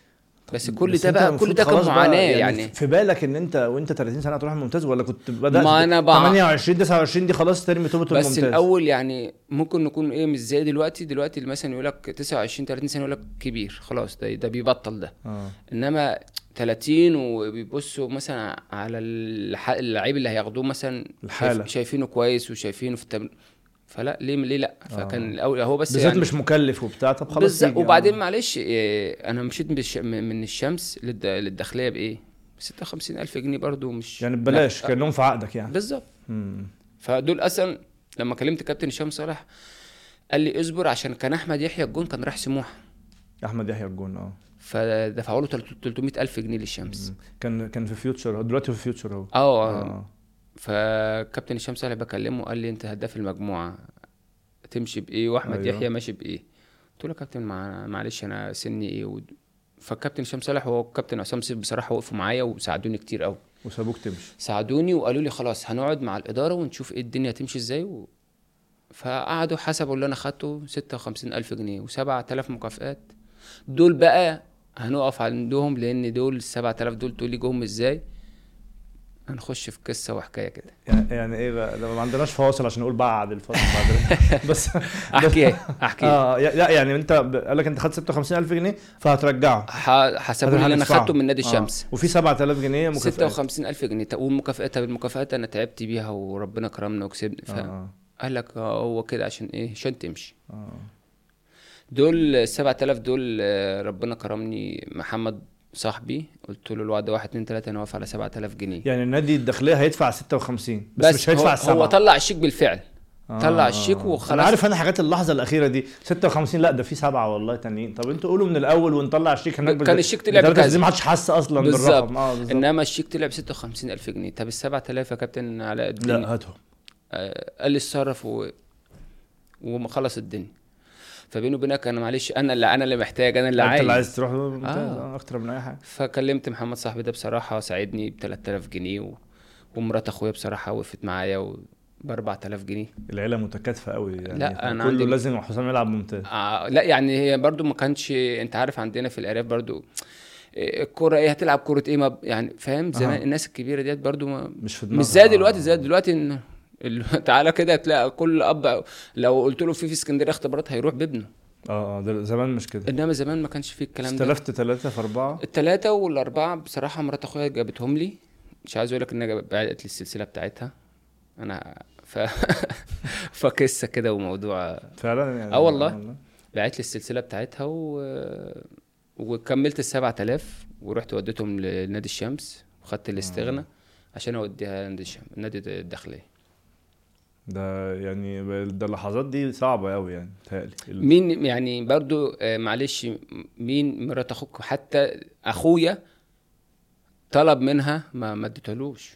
بس كل بس ده انت بقى كل المفروض ده كان خلاص بقى معاناه يعني يعني. في بالك ان انت وانت 30 سنه هتروح الممتاز، ولا كنت بدات ما انا بقى 28 29 دي خلاص ترمي توبه بس الممتاز؟ الاول يعني ممكن نكون ايه مش زي دلوقتي مثلا يقول لك 29 30 سنه يقول لك كبير خلاص، ده بيبطل ده. اه انما 30 وبيبصوا مثلا على اللعيب اللي هياخدوه مثلا، الحاله. شايفينه كويس وشايفينه في التمرين، فلا ليه لا. فكان اه الاول هو بس بالذات يعني مش مكلف وبتاع، طب خلاص يجي. وبعدين معلش انا مشيت من الشمس للداخليه بايه؟ 56,000 جنيه برضو مش يعني ببلاش كانهم في عقدك يعني. بالظبط. امم. فدول اصلا لما كلمت كابتن هشام صالح قال لي اصبر، عشان كان احمد يحيى الجون كان راح سموحه، احمد يحيى الجون اه. فدفعوا له 300,000 جنيه للشمس. كان في فيوتشر، دلوقتي في فيوتشر اهو. اه فكابتن هشام صالح بكلمه قال لي انت هداف المجموعه تمشي بايه، واحمد ايوه. يحيى ماشي بايه؟ قلت له يا كابتن معلش انا سني ايه فالكابتن هشام صالح والكابتن عصام سيف بصراحه وقفوا معايا وساعدوني كتير قوي، وسابوك تمشي. ساعدوني وقالوا لي خلاص هنقعد مع الاداره ونشوف ايه الدنيا تمشي ازاي فقعدوا حسبوا اللي انا خدته 56,000 جنيه و7,000 مكافآت. دول بقى هنقف عندهم، لان دول 7,000 دول تقول لي جم ازاي، هنخش في قصه وحكايه كده. يعني ايه بقى، ما عندناش فواصل عشان نقول بعد الفاصل بعد بس احكي لا يعني انت قال لك انت خدت 56,000 جنيه فهترجعه. حسبوا لي اللي انا خدته من نادي الشمس وفي 7,000 جنيه مكافآت. 56,000 جنيه والمكافآت بالمكافآت انا تعبت بيها وربنا كرمنا وكسبنا. قال لك هو كده عشان ايه؟ عشان تمشي. دول 7,000 دول ربنا كرمني. محمد صاحبي قلت له الوعد 1 2 3 انا واقف على 7,000 جنيه. يعني النادي الداخليه هيدفع 56 بس مش هيدفع السبعة. هو طلع الشيك بالفعل. طلع الشيك وخلاص. انا عارف انا حاجات اللحظه الاخيره دي 56 لا ده في 7 والله تانيين. طب انتوا قولوا من الاول ونطلع الشيك هناك. كان الشيك طلع بكذا ما حدش حس اصلا بالرقم. بالظبط. انما الشيك طلع ب 56,000 جنيه. طب ال 7,000 يا كابتن علاء الدين؟ لا هاتهم. قال لي اتصرف وما خلص الدنيا. فبينه وبينك انا معلش انا اللي محتاج، انا اللي عايز. انت اللي عايز تروح اكتر من اي حاجه. فكلمت محمد صاحبي ده بصراحه ساعدني ب 3,000 جنيه ومرات اخويا بصراحه وقفت معايا ب 4,000 جنيه. العيله متكاتفه قوي يعني. لا انا كله لازم حسام يلعب ممتاز. لا يعني هي برضو ما كانش، انت عارف عندنا في الارياف برضو الكوره ايه هتلعب كوره ايه ما يعني فاهم. زمان الناس الكبيره ديت برضو مش في دماغها. مش زي دلوقتي ان تعالى كده تلاقي كل اب لو قلت له في اسكندريه اختبارات هيروح بابنه. ده زمان مش كده. انما زمان ما كانش فيه الكلام ده. استلفت 3 في 4. ال3 وال4 بصراحه مرات اخويا جابتهم لي. مش عايز اقول لك انها بعت لي السلسله بتاعتها انا فقصه كده وموضوع فعلا يعني. والله بعت لي السلسله بتاعتها وكملت ال7,000 ورحت وديتهم لنادي الشمس وخدت الاستغنى عشان اوديها نادي الشمس نادي الداخليه. ده يعني ده اللحظات دي صعبه قوي يعني تهيألي. مين يعني برضو معلش مين مرات اخوك؟ حتى اخويا طلب منها ما اديتهالوش.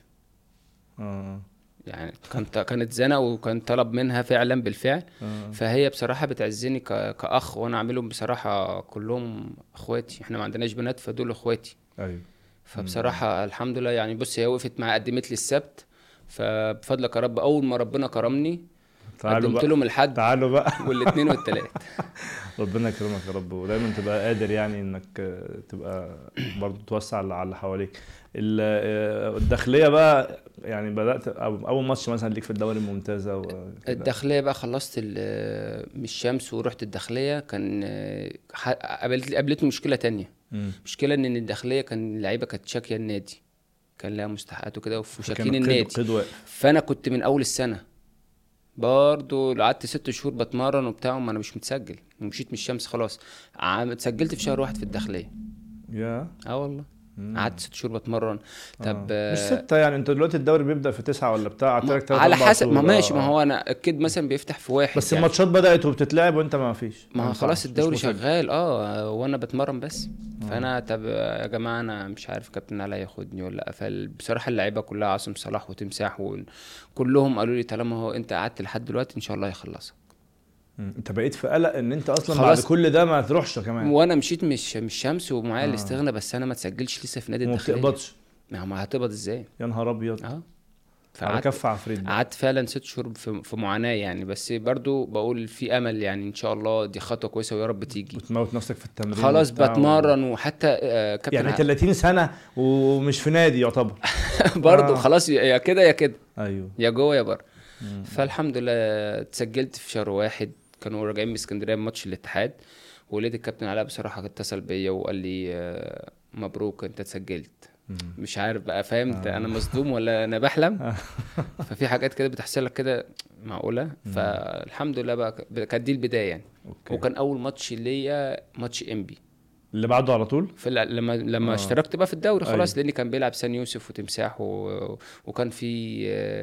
يعني كانت زنا وكان طلب منها فعلا بالفعل. فهي بصراحه بتعزني كاخ وانا اعملهم بصراحه كلهم اخواتي. احنا ما عندناش بنات فدول اخواتي. ايوه. فبصراحه الحمد لله يعني. بص هي وقفت معايا قدمت لي السبت، فبفضلك يا رب اول ما ربنا كرمني قدمت لهم الحد تعالوا بقى والاثنين والثلاث. ربنا يكرمك يا رب ودايما تبقى قادر يعني انك تبقى برضو توسع على اللي حواليك. الداخليه بقى يعني بدات اول ماتش مثلا ليك في الدوري الممتاز الداخليه بقى خلصت من الشمس ورحت الداخليه. كان قابلتني مشكله تانية. مشكله ان الداخليه كان اللعيبه كانت شاكيه النادي، كان لها مستحقات وكده وشاكين النادي. فانا كنت من اول السنه برضو قعدت 6 شهور بتمرن وبتاع وما انا مش متسجل ومشيت من الشمس خلاص. اتسجلت في شهر 1 في الداخليه. يا والله قعدت 6 شهور بتمرن. طب مش 6 يعني. انت دلوقتي الدوري بيبدا في 9 ولا بتاع على حسب ما ماشي. ما هو انا اكيد مثلا بيفتح في 1 بس يعني. الماتشات بدات وبتتلعب وانت ما فيش. ما خلاص الدوري شغال وانا بتمرن بس. فانا طب يا جماعه انا مش عارف كابتن علي ياخدني ولا لا. فبصراحه اللعيبه كلها عاصم صلاح وتمساح كلهم قالوا لي طالما هو انت قعدت لحد دلوقتي ان شاء الله هيخلصك. انت بقيت في قلق ان انت اصلا بعد كل ده ما تروحش كمان. وانا مشيت مش شمس ومعايا الاستغنى بس انا ما تسجلش لسه في نادي الداخليه. ما بتقبضش. ما هتقبض ازاي؟ يا نهار ابيض. على كف عفريت بقى. قعدت فعلا 6 شهور في معاناة يعني، بس برضو بقول في امل يعني، ان شاء الله دي خطوة كويسة ويا رب تيجي. وتموت نفسك في التمرين خلاص وبتاع بتمرن، وحتى كابتن يعني 30 سنة ومش في نادي يعتبر. برضو خلاص يا كده يا كده، ايوه. يا جوه يا بره. فالحمد لله اتسجلت في شهر 1، كانوا راجعين من اسكندريه بماتش الاتحاد، ولقيت الكابتن علاء بصراحه اتصل بيا وقال لي مبروك انت اتسجلت. مش عارف بقى، فهمت انا مصدوم ولا انا بحلم. ففي حاجات كده بتحصل لك كده معقوله. فالحمد لله بقى كانت دي البدايه يعني. وكان اول ماتش ليا ماتش انبي اللي بعده على طول في لما اشتركت بقى في الدوري خلاص. لاني كان بيلعب سان يوسف وتمساح وكان في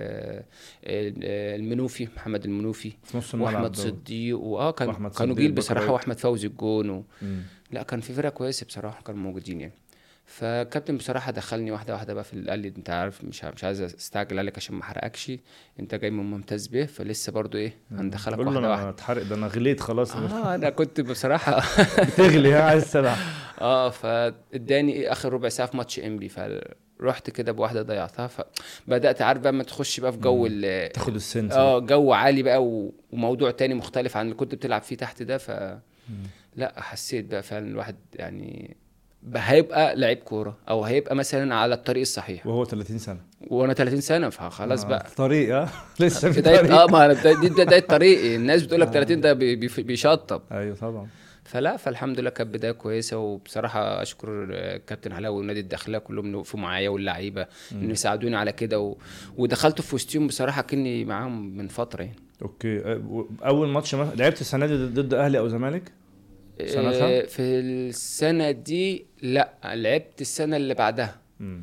المنوفي، محمد المنوفي في نص الملعب، واحمد صديق كانوا صديق جيل بصراحه، بكراوي. واحمد فوزي الجون لا كان في فرقه كويسه بصراحه كانوا موجودين يعني. فالكابتن بصراحه دخلني واحده واحده بقى قال لي انت عارف مش عايز استعجل عليك عشان ما احرقكش، انت جاي من ممتاز به فلسه برضو ايه هندخلك قول له واحده انا واحده. اتحرق ده، انا غليت خلاص. انا كنت بصراحه بتغلي ها، عايز تلعب. فاداني ايه اخر ربع ساعه في ماتش انبي، فرحت كده بواحده ضيعتها. فبدات عارف بقى ما تخش بقى في جو تاخد السنس جو عالي بقى وموضوع تاني مختلف عن اللي كنت بتلعب فيه تحت ده. لا حسيت بقى فعلا الواحد يعني هيبقى لعيب كوره، او هيبقى مثلا على الطريق الصحيح. وهو 30 سنة وانا 30 سنه فخلاص بقى طريق لسه في بدايه طريق. ما دي بدايه طريقي. الناس بتقول لك 30 ده بيشطب. ايوه طبعا. فالحمد لله كانت بدايه كويسه. وبصراحه اشكر الكابتن علاء والنادي الداخليه كلهم وقفوا معايا واللعيبه ان يساعدوني على كده ودخلت في وسطهم بصراحه كني معاهم من فتره يعني. اوكي. اول ماتش لعبت السنه دي ضد اهلي او زمالك سنتها؟ في السنه دي لا، لعبت السنه اللي بعدها.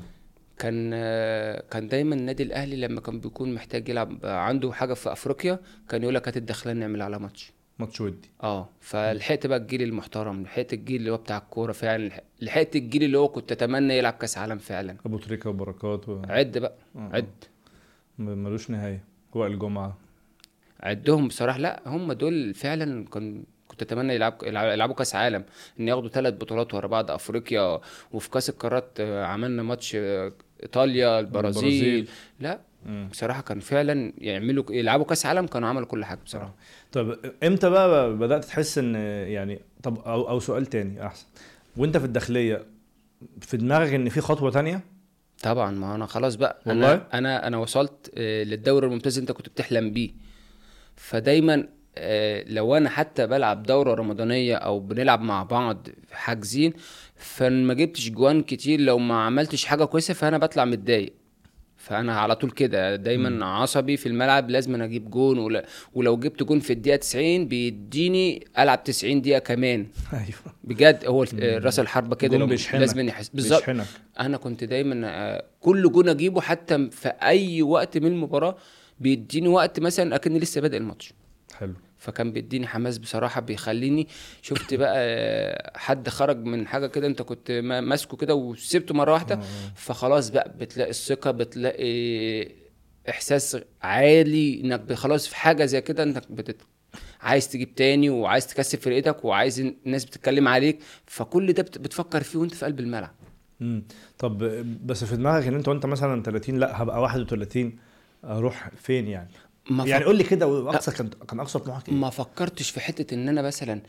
كان دايما النادي الاهلي لما كان بيكون محتاج يلعب عنده حاجه في افريقيا كان يقول لك هتدخلنا نعمل على ماتش ودي. فلحقت بقى الجيل المحترم، لحقت الجيل اللي هو بتاع الكوره فعلا، لحقت الجيل اللي هو كنت اتمنى يلعب كاس عالم فعلا. ابو تريكه وبركات عد بقى عد ملوش نهايه. وائل جمعه عدهم بصراحه. لا هم دول فعلا كنت اتمنى يلعبوا كاس عالم، ان ياخدوا 3 بطولات ورا بعض، افريقيا وفي كاس القارات عملنا ماتش ايطاليا البرازيل. لا بصراحه كان فعلا يلعبوا كاس عالم، كانوا عملوا كل حاجه بصراحه. طب امتى بقى بدات تحس ان يعني طب او سؤال تاني احسن، وانت في الداخليه في دماغك ان في خطوه تانية؟ طبعا ما انا خلاص بقى والله انا وصلت للدوري الممتاز انت كنت بتحلم بيه. فدايما لو انا حتى بلعب دورة رمضانية او بنلعب مع بعض حاجزين فما جبتش جوان كتير، لو ما عملتش حاجة كويسة فانا بطلع متضايق. فانا على طول كده دايما عصبي في الملعب، لازم أنا اجيب جون ولو جبت جون في الدقيقة 90 بيديني العب 90 دقيقة كمان. ايوه بجد هو راس الحربة كده لازم يحس بالظبط. انا كنت دايما كل جون اجيبه حتى في اي وقت من المباراة بيديني وقت مثلا اكني لسه بادئ الماتش. حلو. فكان بيديني حماس بصراحه، بيخليني شفت بقى حد خرج من حاجه كده انت كنت ماسكه كده وسبته مره واحده فخلاص بقى بتلاقي الثقه، بتلاقي احساس عالي انك خلاص في حاجه زي كده انك عايز تجيب تاني وعايز تكسب فرقتك وعايز الناس بتتكلم عليك. فكل ده بتفكر فيه وانت في قلب الملعب. طب بس في دماغك ان انت مثلا 30 لا هبقى 31 اروح فين يعني؟ يعني قول لي كده اقصى كان اقصى طموحك ايه؟ ما فكرتش في حته ان انا مثلا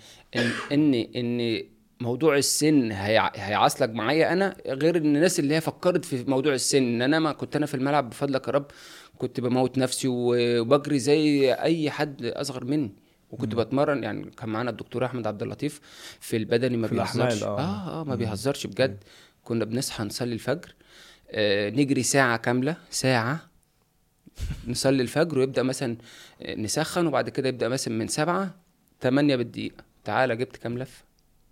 ان موضوع السن هيعاصلك معايا انا، غير ان الناس اللي هي فكرت في موضوع السن ان انا ما كنت انا في الملعب بفضلك يا رب كنت بموت نفسي وبجري زي اي حد اصغر مني وكنت بتمرن. يعني كان معانا الدكتور احمد عبد اللطيف في البدني ما بيهزرش. ما بيهزرش بجد. كنا بنصحى نصلي الفجر نجري ساعه كامله، ساعه نصلي الفجر ويبدأ مثلا نسخن وبعد كده يبدأ مثلا من 7-8 بالدقيقة. تعالى جبت كام لفة؟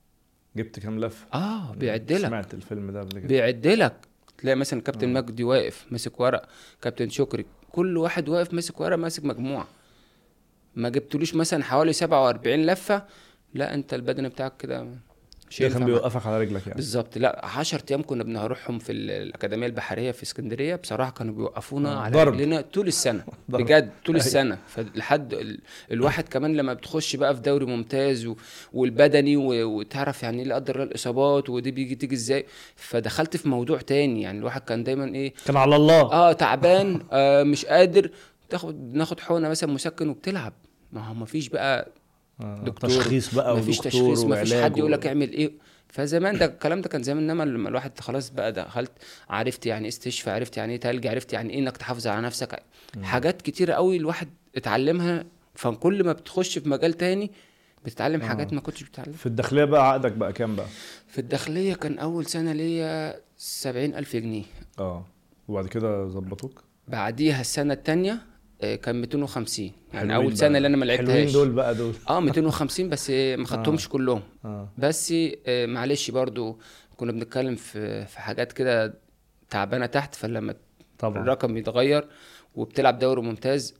بيعدلك. سمعت الفيلم ده قبل كده. بيعدلك تلاقي مثلا كابتن مجدي واقف ماسك ورق، كابتن شكري، كل واحد واقف ماسك ورق ماسك مجموعة. ما جبتلوش مثلا حوالي 47 لفة، لا انت البدن بتاعك كده مش ده كان هينفع بيوقفك على رجلك يعني. بالظبط. لا 10 ايام كنا بنروحهم في الاكاديميه البحريه في اسكندريه، بصراحه كانوا بيوقفونا على ضرب. رجلنا طول السنه. ضرب. بجد طول أيوة. السنه. فلحد الواحد كمان لما بتخش بقى في دوري ممتاز والبدني وتعرف يعني ايه لا قدر الله الاصابات ودي تيجي ازاي، فدخلت في موضوع تاني. يعني الواحد كان دايما ايه، كان على الله. تعبان، مش قادر، ناخد حقنه مثلا مسكن وبتلعب. ما هو مفيش بقى دكتور، تشخيص بقى مفيش ودكتور تشخيص، مفيش وعلاج حد يقول لك اعمل ايه. فزمان ده الكلام ده كان زمان، انما لما الواحد خلاص بقى دخلت، عرفت يعني ايه استشفاء، عرفت يعني ايه تلج، عرفت يعني ايه انك تحافظ على نفسك. حاجات كتيرة قوي الواحد اتعلمها. فكل ما بتخش في مجال تاني بتتعلم حاجات ما كنتش بتتعلم. في الداخلية بقى عقدك بقى كام بقى؟ في الداخلية كان اول سنة ليا 70,000 جنيه. وبعد كده ظبطوك؟ بعديها السنة التانية كان 250. يعني حلوين اول سنة بقى. اللي انا ما لعبتهاش. حلوين دول بقى دول. 250 بس ما خدتهمش كلهم. آه. بس معلش برضو كنا بنتكلم في حاجات كده تعبانه تحت. فلما طبعا الرقم يتغير وبتلعب دوري ممتاز،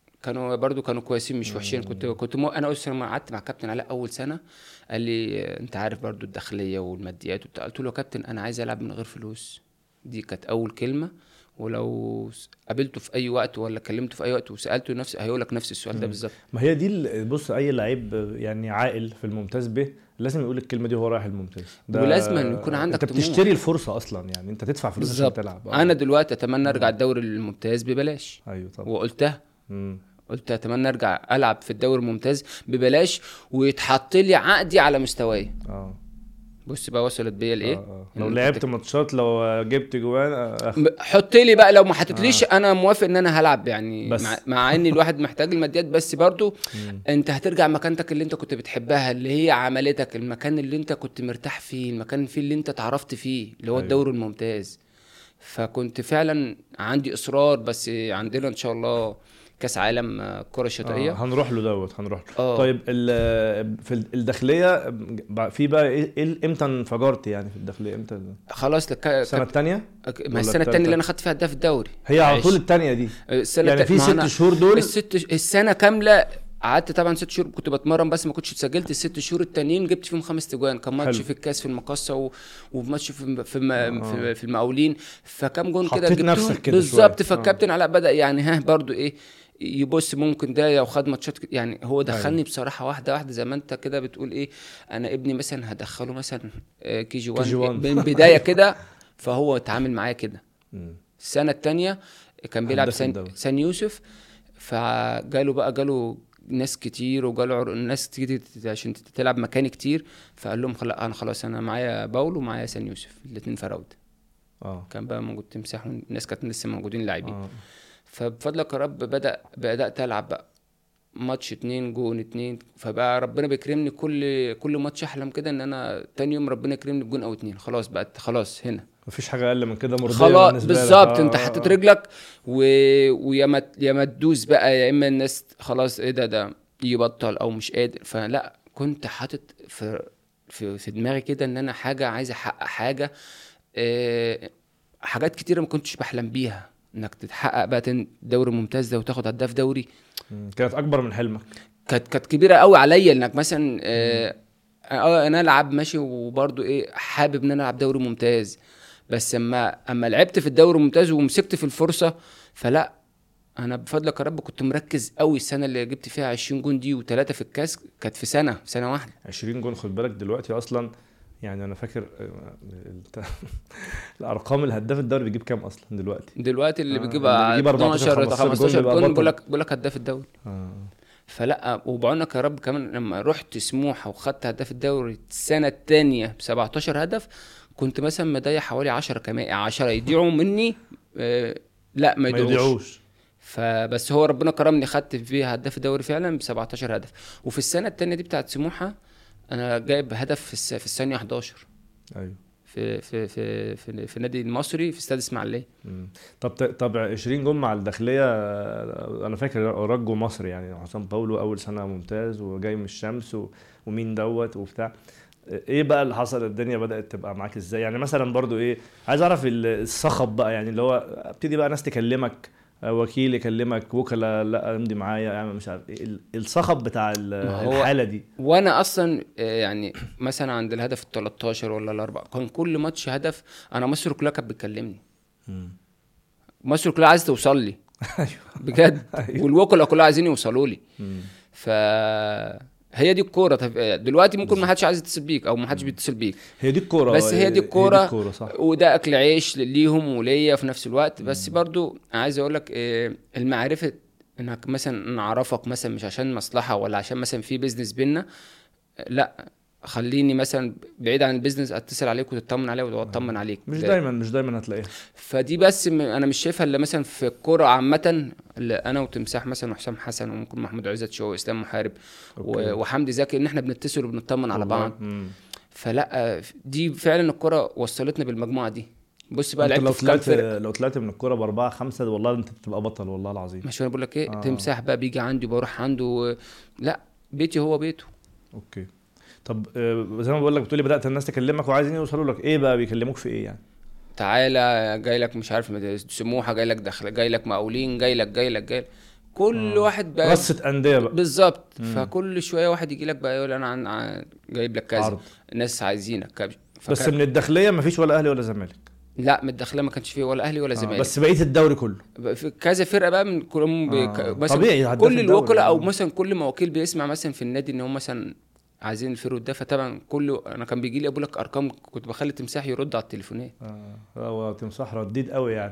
كانوا كويسين مش وحشين. انا اول سنه ما قعدت مع كابتن علاء اول سنه، قال لي انت عارف برضو الداخليه والماديات وبتاع. قلت له يا كابتن انا عايز العب من غير فلوس. دي كانت اول كلمه. ولو قابلته في اي وقت ولا كلمته في اي وقت وسالته نفس، هيقول لك نفس السؤال ده بالظبط. ما هي دي بص، اي لعيب يعني عاقل في الممتاز به لازم يقول الكلمه دي وهو رايح الممتاز. ولازم أن يكون عندك انت بتشتري الفرصه اصلا، يعني انت تدفع فلوس عشان تلعب. انا دلوقتي اتمنى ارجع الدوري الممتاز ببلاش. ايوه طبعا. وقلتها. قلت اتمنى ارجع العب في الدوري الممتاز ببلاش ويتحط لي عقدي على مستواي. بص بقى وصلت بيا لايه. لو لعبت ماتشات، لو جبت جوان حط لي بقى. لو ما حطيتليش انا موافق ان انا هلعب يعني. بس. مع ان الواحد محتاج الماديات، بس برضو انت هترجع مكانتك اللي انت كنت بتحبها، اللي هي عملتك، المكان اللي انت كنت مرتاح فيه، المكان فيه اللي انت اتعرفت فيه، اللي هو الدوري الممتاز. فكنت فعلا عندي اصرار. بس عندنا ان شاء الله كاس عالم كرة شاطئية هنروح له هنروح له. طيب في الداخلية في بقى ايه امتى انفجرت يعني في الداخلية؟ امتى؟ خلاص السنة الثانية؟ ما السنة الثانية اللي انا خدت فيها هداف الدوري هي على طول الثانية دي يعني في 6 شهور دول. السنة كاملة قعدت طبعا 6 شهور كنت بتمرن، بس ما كنتش سجلت. ال6 شهور التانيين جبت فيهم 5 تجوان. كان ماتش في الكاس في المقصة وماتش في المقاولين. فكم جون كده جبتهم بالظبط. فالكابتن علاء بدأ يعني برضو ايه يبص ممكن ده لو خد ماتشات يعني. هو دخلني بصراحه واحده واحده زي ما انت كده بتقول ايه. انا ابني مثلا هدخله مثلا كي جي 1 من بدايه كده. فهو اتعامل معايا كده. السنه الثانيه كان بيلعب سان يوسف، جاله ناس كتير وجاله ناس كتير عشان تلعب مكاني كتير. فقال لهم خلاص انا معايا باول ومعايا سان يوسف الاثنين فراود. كان بقى موجود تمساح والناس كانت لسه موجودين لاعبين. فبفضلك يا رب بدأت ألعب بقى ماتش 2 جون 2. فبقى ربنا بيكرمني كل ماتش أحلم كده إن أنا تاني يوم ربنا يكرمني بجون أو 2. خلاص بقت خلاص هنا مفيش حاجة أقل من كده مرضية خلاص بالظبط. أنت حطيت رجلك ويا ما تدوس بقى، يا إما الناس خلاص إيه ده يبطل أو مش قادر. فلا كنت حاطط في دماغي كده إن أنا عايز أحقق حاجة. حاجات كتيرة ما كنتش بحلم بيها، انك تتحقق بقى دوري ممتاز ده وتاخد هداف دوري. كانت اكبر من حلمك. كانت كبيره قوي عليا انك مثلا انا العب ماشي وبرضو ايه حابب ان انا العب دوري ممتاز. بس اما لعبت في الدوري الممتاز ومسكت في الفرصه، فلا انا بفضلك يا رب كنت مركز قوي. السنه اللي جبت فيها 20 جون دي و3 في الكاس كانت في سنه واحده. 20 جون خد بالك دلوقتي اصلا يعني. انا فاكر الارقام الهداف الدوري بيجيب كام اصلا دلوقتي اللي بيجيب 12 15 جون بيقول لك هداف الدوري. فلا وبعونك يا رب كمان لما رحت سموحه وخدت هداف الدوري السنه الثانيه ب17 هدف، كنت مثلا مضيع حوالي 10 يضيعوا مني. لا ما يضيعوش. فبس هو ربنا كرمني خدت فيها هداف الدوري فعلا ب17 هدف. وفي السنه الثانيه دي بتاعت سموحه انا جايب هدف في الثانيه 11. ايوه في النادي المصري في استاد اسماعيليه. طب 20 جون مع الداخليه. انا فاكر رجو مصر يعني حسام باولو اول سنه ممتاز وجاي من الشمس ومين دوت وبتاع. ايه بقى اللي حصل؟ الدنيا بدات تبقى معاك ازاي يعني؟ مثلا برضو ايه عايز اعرف الصخب بقى يعني اللي هو ابتدي بقى ناس تكلمك وكيل يكلمك، وكلاء لا امضي معايا، يعني مش عارف ايه الصخب بتاع هو الحاله دي. وانا اصلا يعني مثلا عند الهدف ال 13 ولا الاربعه كان كل ماتش هدف. انا مصر كلها كانت بتكلمني، مصر كلها عايزه توصل لي ايوه بجد، أيوة. والوكلاء كلها عايزين يوصلوا لي. ف هي دي الكوره. دلوقتي ممكن ما حدش عايز يتصل بيك او ما حدش بيتصل بيك، هي دي الكوره، بس هي دي الكوره. صح. وده اكل عيش ليهم وليا في نفس الوقت. بس برضو عايز اقول لك المعرفه، انك مثلا نعرفك مثلا مش عشان مصلحه ولا عشان مثلا في بيزنس بينا، لا، خليني مثلا بعيد عن البيزنس اتصل عليك وتطمن عليا واطمن عليك. مش دايما هتلاقيها. فدي بس انا مش شايفها الا مثلا في الكوره عامه، اللي انا وتمساح مثلا وحسام حسن وممكن محمود عزت شو واسلام محارب وحمدي زكي، ان احنا بنتصل وبنطمن على بعض. فلا، دي فعلا الكوره وصلتنا بالمجموعه دي. بص بقى، لعبت في كام فرق. لو طلعت من الكوره باربعه خمسه والله انت بتبقى بطل والله العظيم. مش انا بقول لك ايه، تمساح بقى بيجي عندي بروح عنده، لا بيتي هو بيته. اوكي. طب زي ما بقول لك، بتقولي بدات الناس تكلمك وعايزين يوصلوا لك، ايه بقى بيكلموك في ايه يعني؟ تعالى جاي لك مش عارف سموحه، جاي لك دخل، جاي لك مقاولين، جاي لك كل واحد بقى رصة أندية بقى بالظبط. فكل شويه واحد يجي لك بقى يقول انا جايب لك كذا عرض. الناس عايزينك. بس من الداخليه مفيش ولا اهلي ولا زمالك؟ لا، من الداخليه ما كانش فيه ولا اهلي ولا زمالك. بس بقيه الدوري كله في كذا فرقه بقى من كلهم مثلا طبيعي كل الوكلاء او مثلا كل موكيل بيسمع مثلا في النادي ان هم مثلا عايزين الفيرود ده. فطبعا كله انا كان بيجي لي اقول لك ارقام، كنت بخلي تمساح يرد على التليفونات. هو تمساح رديد قوي يعني.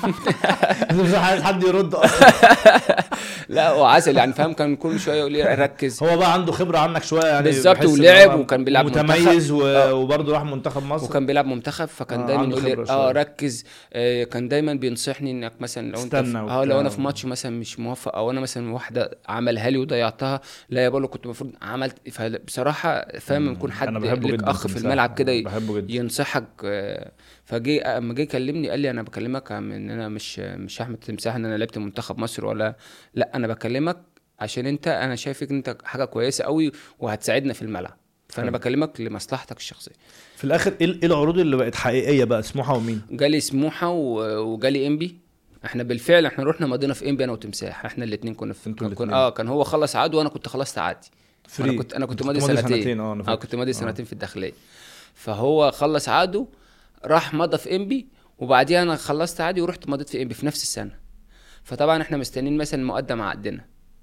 مش عايز حد يرد اصلا. لا هو عسل يعني، فاهم. كان كل شويه يقول لي ركز. هو بقى عنده خبره عنك شويه يعني بالظبط، ولعب وكان بيلعب متميز وبرضه راح منتخب مصر وكان بيلعب منتخب. فكان دايما يقول لي ركز. كان دايما بينصحني انك مثلا لو انت لو انا في ماتش مثلا مش موفق، او انا مثلا واحده عملها لي وضيعتها، لا يا بقول له كنت المفروض عملت. بصراحه فاهم، يكون حد لك اخ في الملعب كده ينصحك. فجي اما جه يكلمني قال لي انا بكلمك ان انا مش احمد تمساح ان انا لعبت منتخب مصر ولا لا، انا بكلمك عشان انا شايفك انت حاجه كويسه قوي وهتساعدنا في الملعب. فانا بكلمك لمصلحتك الشخصيه. في الاخر ايه العروض اللي بقت حقيقيه بقى؟ سموحه ومين؟ جالي سموحه وجالي انبي. احنا بالفعل احنا رحنا مدينه في انبي انا وتمساح، احنا الاثنين كنا في كان هو خلص عقد وانا كنت خلصت عقدي. انا كنت ماضي سنتين. كنت ماضي سنتين في الداخليه. فهو خلص عقده راح مضى في انبي، وبعديها انا خلصت عادي ورحت مضيت في انبي في نفس السنه. فطبعا احنا مستنيين مثلا مقدم عقدنا.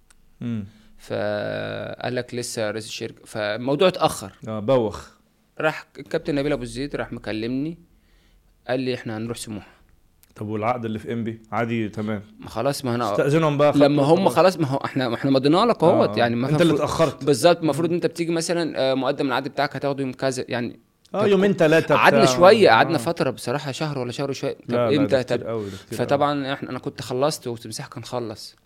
فقال لك لسه رئيس الشركه، فالموضوع اتاخر. بوخ. راح الكابتن نبيل ابو زيد راح مكلمني قال لي احنا هنروح سموحه. طب والعقد اللي في انبي عادي تمام؟ ما خلاص، ما انا استاذنهم بقى لما هم خلاص، ما هو احنا مضينا لك اهوت يعني. ما انت اللي اتاخرت بالظبط. المفروض انت بتيجي مثلا مقدم العقد بتاعك هتاخده يوم كذا يعني. يومين ثلاثه قعدنا شويه، قعدنا فتره بصراحه، شهر ولا شهر وشويه. طب امتى؟ فطبعا انا كنت خلصت وتمساح كان خلص.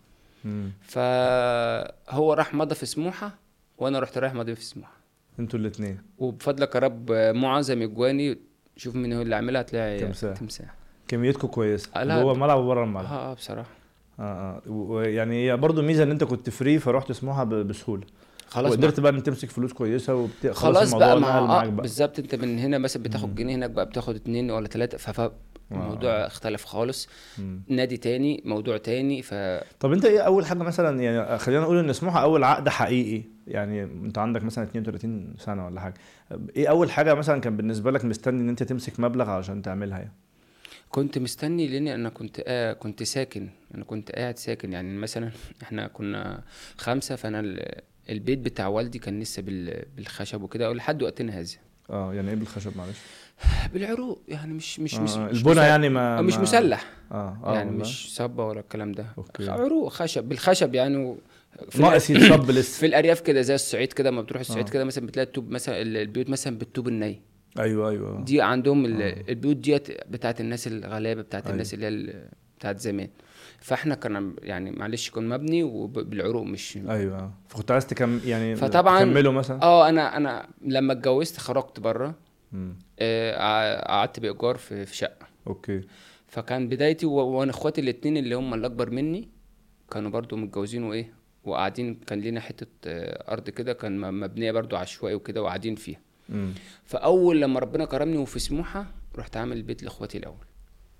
فهو راح مضى في سموحه وانا رحت رايح مضي في سموحه. انتوا الاثنين وبفضلك يا رب معظم اجواني شوف مين هو اللي عاملها، هتلاقي تمساح. كميتكم كويسه جوه الملعب وبره الملعب. بصراحه يعني هي برضو ميزه ان انت كنت فري فرحت سموحه بسهوله. خلاص وقدرت بقى ان تمسك فلوس كويسه خلاص بقى معاك بقى. بالظبط، انت من هنا مثلا بتاخد جنيه، هناك بقى بتاخد 2 ولا 3. الموضوع اختلف خالص. نادي تاني، موضوع تاني. طب انت ايه اول حاجه مثلا، يعني خلينا نقول ان سموحه اول عقد حقيقي، يعني انت عندك مثلا 32 سنه ولا حاجه، ايه اول حاجه مثلا كان بالنسبه لك مستني ان انت تمسك مبلغ علشان تعملها يعني؟ كنت مستني لاني انا كنت ساكن، انا كنت قاعد ساكن يعني. مثلا احنا كنا 5، فانا البيت بتاع والدي كان لسه بالخشب وكده لحد وقتنا هذا. يعني ايه بالخشب معلش؟ بالعروق يعني، مش البنى يعني مش مسلح. يعني والله. مش صبه ولا الكلام ده. أوكي. عروق خشب بالخشب يعني. ناقص يتصب لسه. في الارياف كده زي الصعيد كده، ما بتروح الصعيد كده مثلا بتلاقي الطوب مثلا، البيوت مثلا بالطوب الني. ايوه دي عندهم البيوت ديت بتاعت الناس الغلابه، بتاعت الناس اللي هي بتاعت زمان. فاحنا كان يعني معلش كان مبني وبالعروق مش. ايوه. فكنت عايز يعني فطبعا تكمله مثلا. انا لما اتجوزت خرجت بره. قعدت بايجار في شقه. اوكي. فكان بدايتي وانا اخواتي الاثنين اللي هم اللي اكبر مني كانوا برضو متجوزين وقاعدين. كان لنا حته ارض كده كان مبنيه برضو عشوائي وكده وقاعدين فيها. فاول لما ربنا كرمني وفي سموحه رحت عامل البيت لاخواتي الاول.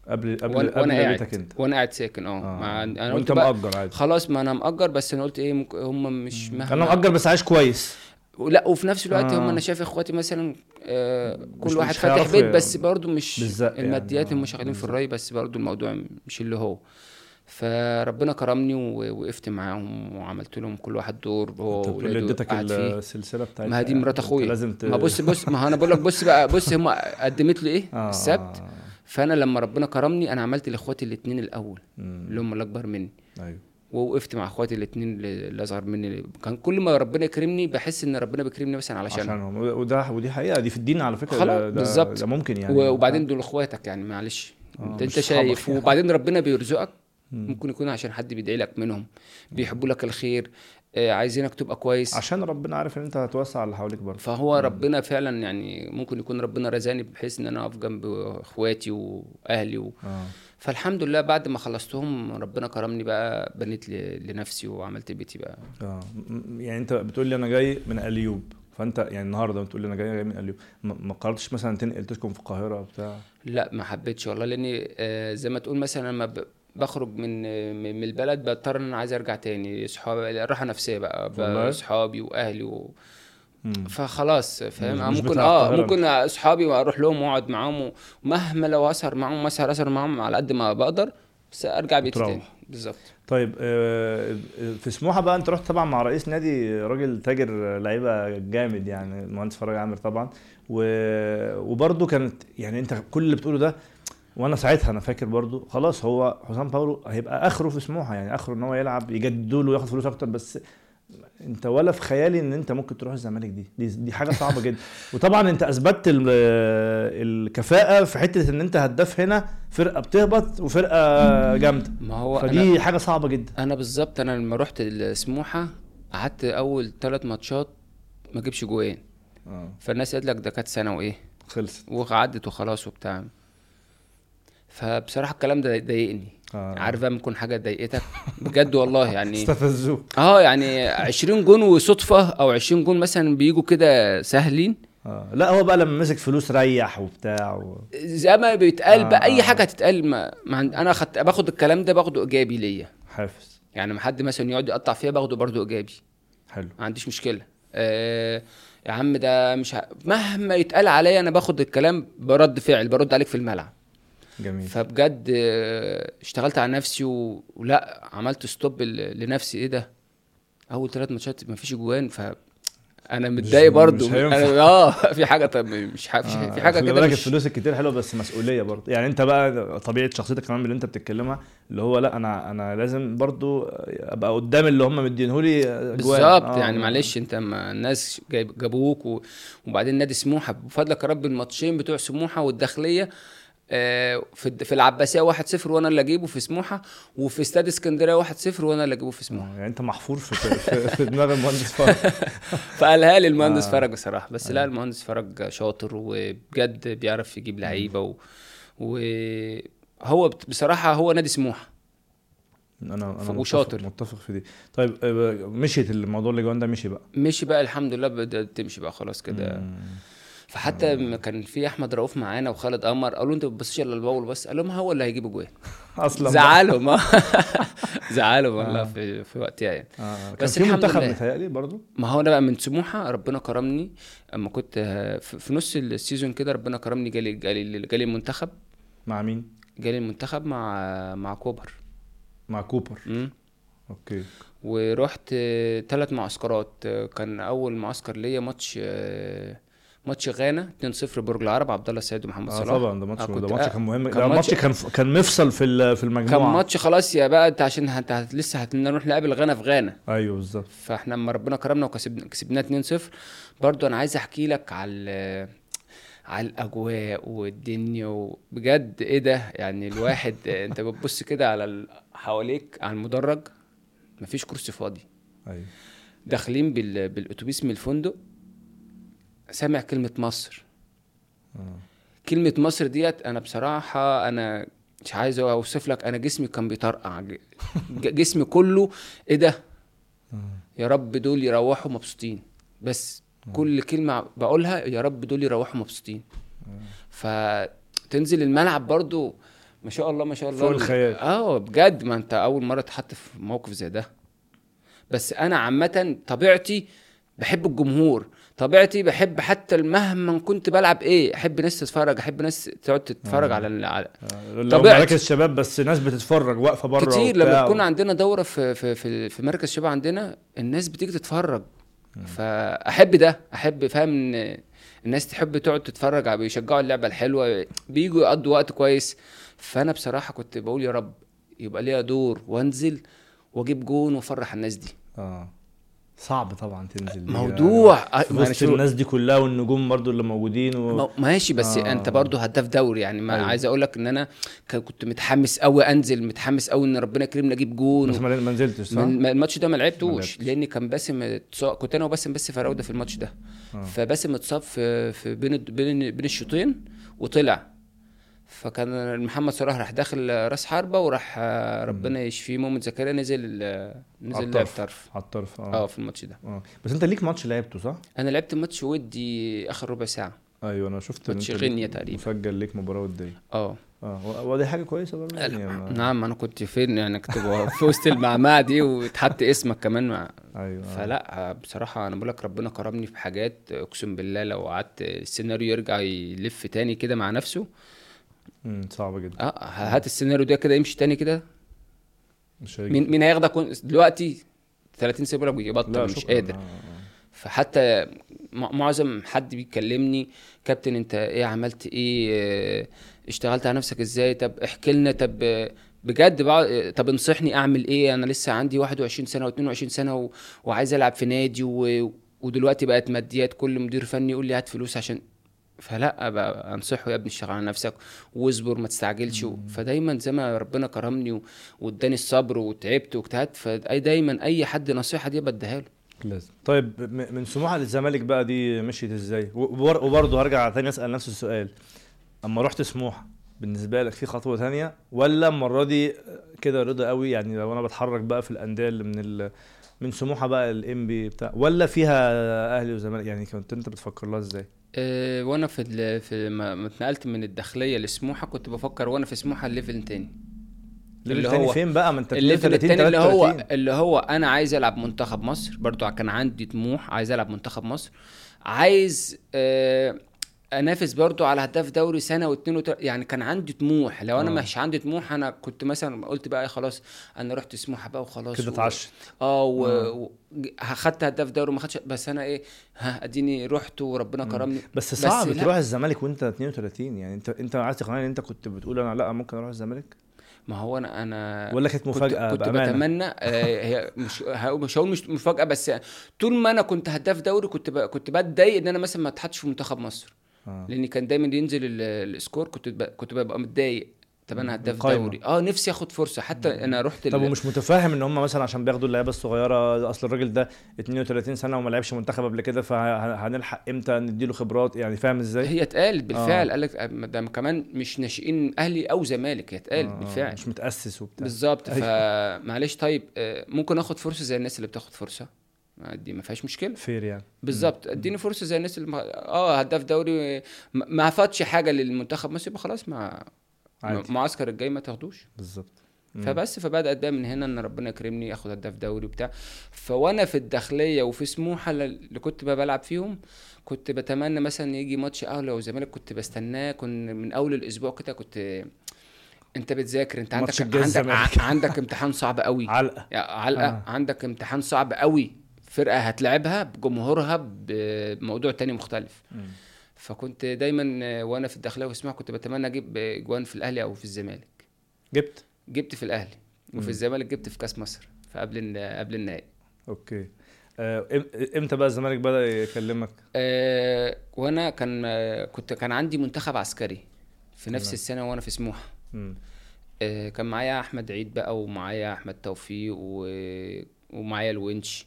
قبل وانا بيتك انت؟ وانا قاعد ساكن مع انا وانت قلت بقى مأجر عادي؟ خلاص، ما انا مأجر، بس انا قلت ايه هم مش انا مهما مأجر بس عايش كويس. لا، وفي نفس الوقت هم، آه. انا شايف اخواتي مثلا كل مش واحد فاتح هيعرفوا بيت، بس برضو مش بالزق الماديات، يعني. هم شغالين في بالزق. الري، بس برضو الموضوع مش اللي هو. فربنا كرمني ووقفت معاهم وعملت لهم كل واحد دور، هو انت بتقول لي واولاده اديتك قاعد فيه. السلسله بتاعتها، ما هي دي يعني مرات انت اخويا. لازم ما بص ما انا بقول لك، بص بقى، بص هم قدمت لي ايه السبت. فانا لما ربنا كرمني انا عملت لاخواتي الاثنين الاول اللي هم الاكبر مني. ايوه. ووقفت مع اخواتي الاثنين اللي اصغر مني. كان كل ما ربنا يكرمني بحس ان ربنا بيكرمني مثلا عشانهم. ودي حقيقه، دي في الدين على فكره. خلاص بالظبط. ده ممكن يعني. وبعدين دول اخواتك يعني، معلش انت مش شايف. صحابك. وبعدين ربنا بيرزقك، ممكن يكون عشان حد بيدعي لك منهم، بيحبوا لك الخير، عايزينك تبقى كويس، عشان ربنا عارف ان انت هتوسع اللي حواليك برضه. فهو ربنا فعلا يعني ممكن يكون ربنا رزاني بحيث ان انا اقف جنب اخواتي واهلي فالحمد لله بعد ما خلصتهم ربنا كرمني بقى، بنيت لنفسي وعملت بيتي بقى. يعني انت بتقول لي انا جاي من اليوب، فانت يعني النهارده بتقول لي انا جاي من اليوب، ما قررتش مثلا تنقل تسكن في القاهره بتاع؟ لا ما حبيتش والله، لاني زي ما تقول مثلا لما بخرج من البلد بضطر ان انا عايز ارجع تاني، اصحابي الراحه نفسيه بقى اصحابي واهلي فخلاص فاهم. ممكن اصحابي واروح لهم واقعد معاهم، ومهما لو اسهر معاهم اسهر معاهم على قد ما بقدر، بس ارجع بيتي تاني. بالظبط. طيب في سموحه بقى انت رحت طبعا مع رئيس نادي، راجل تاجر لعيبه جامد يعني، المهندس فرج عامر طبعا، وبرده كانت يعني انت كل اللي بتقوله ده، وانا ساعتها انا فاكر برضو خلاص هو حسام باولو هيبقى اخره في سموحه، يعني اخره ان هو يلعب يجددوا له وياخد فلوس اكتر، بس انت ولا في خيالي ان انت ممكن تروح الزمالك. دي حاجه صعبه جدا. وطبعا انت اثبتت الكفاءه في حته ان انت هداف هنا فرقه بتهبط وفرقه جامده، ما هو فدي حاجه صعبه جدا. انا بالظبط، انا لما رحت سموحه قعدت اول 3 ماتشات ما جيبش جوان. فالناس قالت لك ده كانت سنه وايه خلصت وقعدت وخلاص وبتاع. فبصراحه الكلام ده ضايقني. عارف بقى ممكن حاجه ضايقتك بجد والله يعني استفزوك. يعني 20 جون وصدفه، او 20 جون مثلا بيجوا كده سهلين. لا هو بقى لما مسك فلوس ريح وبتاع زي ما بيتقال بقى اي حاجه هتتقال. انا باخد الكلام ده باخده ايجابي ليا، حافز يعني ما حد مثلا يقعد يقطع فيها باخده برضه ايجابي. حلو، ما عنديش مشكله. يا عم ده مش مهما يتقال عليا انا باخد الكلام برد فعل، برد عليك في الملعب. جميل. فبجد اشتغلت على نفسي ولا عملت ستوب لنفسي. ايه ده اول 3 ماتشات ما فيش جوان، فانا متضايق برضو. انا في حاجه، طب مش في حاجه كده. مش الفلوس الكتير حلوه بس مسؤوليه برضو، يعني انت بقى طبيعه شخصيتك كمان اللي انت بتتكلمها، اللي هو لا انا لازم برضو ابقى قدام اللي هم مدينهولي جوان. بالظبط. يعني معلش انت ما الناس جابوك وبعدين نادي سموحه بفضلك يا رب الماتشين بتوع سموحه والداخليه في العباسيه 1-0 وانا اللي اجيبه في سموحه، وفي استاد اسكندريه 1-0 وانا اللي اجيبه في سموحه. يعني انت محفور في دماغ المهندس فرج. فقالها لي المهندس فرج بصراحه. بس لا المهندس فرج شاطر وبجد بيعرف يجيب لعيبه وهو بصراحه هو نادي سموحه. انا وشاطر متفق في دي. طيب مشيت الموضوع اللي جوان ده مشي بقى الحمد لله، بدأت تمشي بقى خلاص كده. فحتى كان في احمد رؤوف معانا وخالد قمر، قالوا انت بتبصش الا الباول بس، قال لهم هو اللي هيجيب جوان اصلا. زعلهم زعلهم والله في وقتها يعني. بس في منتخب متهيألي برضو. ما هو انا بقى من سموحه ربنا كرمني اما كنت في نص السيزون كده، ربنا كرمني جالي المنتخب. مع مين؟ جالي المنتخب مع كوبر. مع كوبر. اوكي. ورحت 3 معسكرات. كان اول معسكر ليا ماتش غانا 2-0 برج العرب، عبد الله السيد ومحمد صلاح. طبعا ده ماتش كان مهم. ده ماتش كان مفصل في المجموعه. كان ماتش خلاص يا بقى انت عشان لسه هنروح نقابل غانا في غانا. ايوه بالظبط. فاحنا لما ربنا كرمنا وكسبنا 2-0. برضو انا عايز احكي لك على الاجواء والدنيا وبجد ايه ده يعني الواحد انت بتبص كده على حواليك على المدرج مفيش كرسي فاضي. ايوه. داخلين بالاتوبيس من الفندق، سامع كلمة مصر. كلمة مصر ديت انا بصراحة انا مش عايز اوصف لك، انا جسمي كان بيطرقع جسمي كله. ايه ده يا رب دول يروحوا مبسوطين. بس كل كلمة بقولها يا رب دول يروحوا مبسوطين. فتنزل الملعب برضو ما شاء الله ما شاء الله فوق الخيال. بجد، ما انت اول مره تحط في موقف زي ده. بس انا عامه طبيعتي بحب الجمهور، طبيعتي بحب حتى مهما كنت بلعب ايه، احب ناس تتفرج، احب ناس تقعد تتفرج على لو مراكز شباب بس ناس بتتفرج واقفه بره كتير. لما تكون عندنا دوره في مركز شباب عندنا، الناس بتيجي تتفرج. فاحب ده، احب فاهم ان الناس تحب تقعد تتفرج، بيشجعوا اللعبه الحلوه، بييجوا يقضوا وقت كويس. فانا بصراحه كنت بقول يا رب يبقى ليا دور وانزل واجيب جون وافرح الناس دي. صعب طبعا تنزل موضوع وسط الناس دي كلها والنجوم برضو اللي موجودين ماشي. بس انت برضو هداف دوري يعني. ما عايز اقول لك ان انا كنت متحمس قوي انزل، متحمس قوي ان ربنا يكرمني اجيب جون. بس ما نزلتش صح؟ الماتش ده ما لعبتوش لاني كان باسم كنت انا وباسم بس فراوده في الماتش ده. فباسم اتصاب في بين الشوطين وطلع. فكان محمد صلاح راح داخل راس حربة، وراح ربنا يشفيه مؤمن زكريا نزل لعب طرف على الطرف في الماتش ده. بس انت ليك ماتش لعبته صح؟ انا لعبت ماتش ودي اخر ربع ساعه. ايوه انا شفت ماتش غينيا تقريبا مسجل ليك مباراه وديه. ودي حاجه كويسه برضه يعني. نعم انا كنت فين يعني، كنت في وسط المعمعه دي وتحط اسمك كمان ايوه. فلا بصراحه انا بقول لك ربنا كرمني في حاجات اقسم بالله لو قعدت السيناريو يرجع يلف تاني كده مع نفسه صعب جدا. هات السيناريو ده كده يمشي تاني كده، مين هياخدك دلوقتي 30 سنه يقول لك يبطل مش قادر. فحتى معظم حد بيكلمني كابتن انت ايه عملت ايه، اشتغلت على نفسك ازاي، طب احكي لنا، طب بجد طب انصحني اعمل ايه، انا لسه عندي 21 سنه و22 سنه وعايز العب في نادي ودلوقتي بقت ماديات، كل مدير فني يقول لي هات فلوس عشان. فلا بقى انصحه يا ابني اشتغل على نفسك واصبر ما تستعجلش. فدايما زي ما ربنا كرمني واداني الصبر وتعبت واجتهدت، فدايما اي حد نصيحه دي بديها له لازم. طيب من سموحه للزمالك بقى دي مشيت ازاي؟ وبرضه هرجع تاني اسال نفس السؤال، اما رحت سموحه بالنسبه لك في خطوه تانية ولا المره دي كده رضا قوي؟ يعني لو انا بتحرك بقى في الانديه اللي من سموحه بقى الانبي بتاع، ولا فيها اهلي وزمالك؟ يعني كنت انت بتفكر لها ازاي؟ وانا في ما اتنقلت من الداخليه لسموحه كنت بفكر وانا في سموحه الليفل تاني. اللي هو فين بقى؟ ما انت الليفل التاني اللي هو انا عايز العب منتخب مصر. برضو كان عندي طموح عايز العب منتخب مصر، عايز انافس برضو على هداف دوري سنه واثنين يعني كان عندي طموح. لو انا مش عندي طموح انا كنت مثلا قلت بقى خلاص انا رحت سموحه بقى وخلاص كده اتعشت. خدت هداف دوري ما خدش، بس انا ايه اديني رحت وربنا كرمني. بس صعب تروح الزمالك وانت 32 يعني. انت عايز تقنعني ان انت كنت بتقول انا لا ممكن اروح الزمالك؟ ما هو انا ولا كانت مفاجاه؟ كنت بتمنى هي مش هقول مش مفاجاه، بس طول ما انا كنت هداف دوري كنت بتضايق ان انا مثلا ما اتحطش في منتخب مصر. لان كان دايما ينزل السكور كنت ببقى متضايق. طب انا هداف دوري نفسي اخد فرصه. حتى انا رحت طب ومش متفاهم ان هم مثلا عشان بياخدوا اللعيبه الصغيره؟ اصل الراجل ده 32 سنه وما لعبش منتخب قبل كده، فهنلحق امتى نديله خبرات؟ يعني فاهم ازاي؟ هي اتقالت بالفعل. قال لك ده كمان مش ناشئين اهلي او زمالك، هي اتقالت بالفعل مش متاسس وبتاع بالظبط. فمعلش طيب ممكن اخد فرصه زي الناس اللي بتاخد فرصه دي، ما فيهاش مشكله فير يعني بالظبط. اديني فرصه زي الناس اللي هداف دوري ما فاتش حاجه للمنتخب مصر، يبقى خلاص معسكر الجاي ما تاخدوش بالظبط. فبدات بقى من هنا ان ربنا يكرمني اخد هداف دوري وبتاع. فوانا في الداخليه وفي سموحه اللي كنت بقى بلعب فيهم كنت بتمنى مثلا يجي ماتش اهلي وزمالك، كنت بستناه. كن من اول الاسبوع كده كنت انت بتذاكر، انت عندك امتحان صعب قوي، علقه عندك امتحان صعب قوي، فرقه هتلعبها بجمهورها بموضوع تاني مختلف. فكنت دايما وانا في الداخليه واسمع كنت بتمنى اجيب جوان في الاهلي او في الزمالك. جبت في الاهلي وفي الزمالك جبت في كاس مصر قبل النهائي. اوكي. امتى بقى الزمالك بدا يكلمك؟ وانا كان عندي منتخب عسكري في نفس السنه وانا في سموحه. كان معايا احمد عيد بقى ومعايا احمد توفيق ومعايا الونش.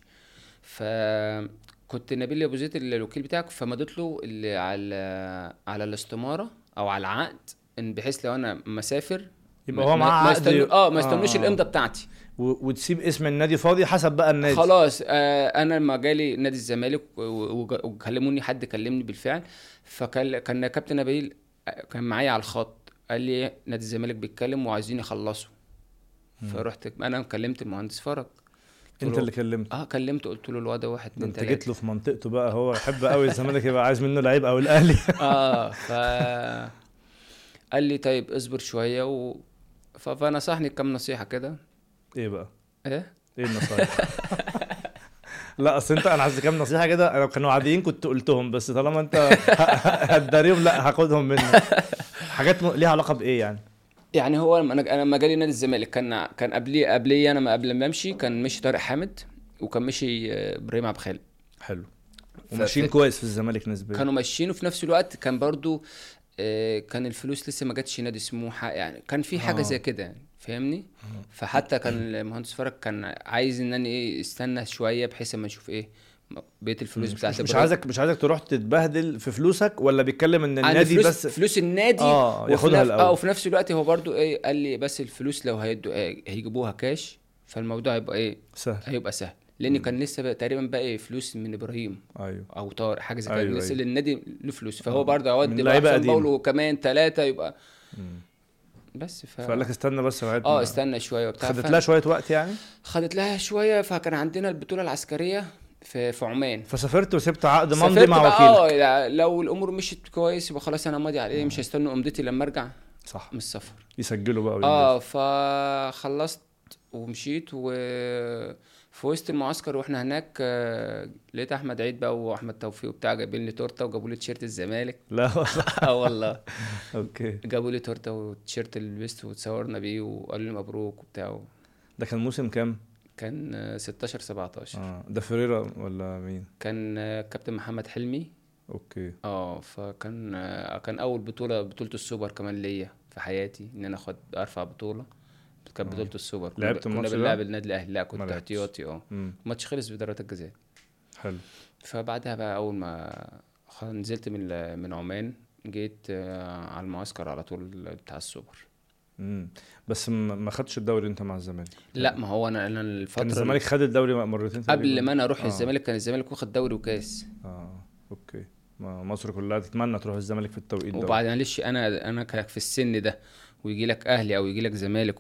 فكنت نبيل ابو زيد الوكيل بتاعك، فمضيت له على الاستماره او على العقد، ان بحيث لو انا مسافر يبقى هو معاه عقد ما استنوش الامضه بتاعتي وتسيب اسم النادي فاضي حسب بقى النادي. خلاص انا لما جالي نادي الزمالك وكلموني، حد كلمني بالفعل، فكان كابتن نبيل كان معايا على الخط، قال لي نادي الزمالك بيتكلم وعايزين يخلصوا. فرحت انا كلمت المهندس فرج. قلت انت له اللي كلمت؟ كلمته، قلت له الواد ده 1 ده 2 انت جيت 3. له في منطقته بقى، هو يحب قوي الزمالك يبقى عايز منه لعيب او الاهلي. قال لي طيب اصبر شويه فنصحني كام نصيحه كده. ايه بقى؟ ايه ايه النصايح؟ لا اصل انت، انا عايز كام نصيحه كده، انا كانوا عاديين كنت قلتهم، بس طالما انت هتداريهم لا هاخدهم منك. حاجات ليها علاقه بايه يعني؟ يعني هو انا لما جالي نادي الزمالك كان قبلي انا، ما قبل ما امشي كان مشي طارق حامد، وكان مشي ابراهيم عبد الخالق. حلو. وماشيين كويس في الزمالك نسبيا. كانوا ماشيين، وفي نفس الوقت كان برضو كان الفلوس لسه ما جاتش نادي سموحه، يعني كان في حاجه زي كده يعني، فاهمني. فحتى كان المهندس فرج كان عايز ان انا ايه استنى شويه بحيث اما اشوف ايه بقيه الفلوس بتاعت مش عايزك تروح تتبهدل في فلوسك، ولا بيتكلم ان عن النادي فلوس بس فلوس النادي. ياخدها الاول. وفي نفس الوقت هو برضو ايه قال لي بس الفلوس لو هيدوا هيجيبوها كاش، فالموضوع هيبقى ايه سهل. هيبقى سهل، لان كان لسه بقى تقريبا باقي فلوس من ابراهيم ايوه او طارق حاجه زي كده. أيوة لسه أيوة. النادي له فلوس، فهو برضه اودي بقى لعيبة حسام قديمة. باولو كمان 3 يبقى مم. بس فقال لك استنى بس لغايه ما استنى شويه وبتاع. خدت لها شويه وقت يعني. خدت لها شويه، فكان عندنا البطوله العسكريه في عمان. فسافرت وسبت عقد ماضي سافرت مع بقى وكيلك. لو الامور مشيت كويس يبقى خلاص انا ماضي عليه، مش هستنى امضتي لما ارجع صح. من السفر. يسجلوا بقى وينجزوا. فخلصت ومشيت، في وسط المعسكر واحنا هناك لقيت احمد عيد بقى واحمد توفيق وبتاع جايبين لي تورته وجابوا لي تيشيرت الزمالك. لا والله. والله اوكي. جابوا لي تورته وتيشيرت اللي لبسته وتصورنا بيه وقالوا لي مبروك وبتاع. ده كان موسم كام؟ كان 16 17. ده فريرا ولا مين؟ كان كابتن محمد حلمي. اوكي. فكان كان اول بطوله السوبر كمان ليا في حياتي، ان انا ارفع بطوله. كانت بطوله السوبر. لعبت كنا الماتش ده؟ بنلعب النادي الاهلي. لا كنت ما لعبتش. احتياطي. الماتش خلص بضربات الجزاء. حلو. فبعدها بقى اول ما نزلت من عمان، جيت على المعسكر على طول بتاع السوبر. بس ما خدتش الدوري انت مع الزمالك؟ لا ما هو انا الفتره كان الزمالك خد الدوري مرتين قبل ما انا اروح الزمالك. كان الزمالك واخد دوري وكاس. اوكي. مصر كلها تتمنى تروح الزمالك في التوقيت ده. وبعدين معلش انا في السن ده ويجي لك اهلي او يجي لك زمالك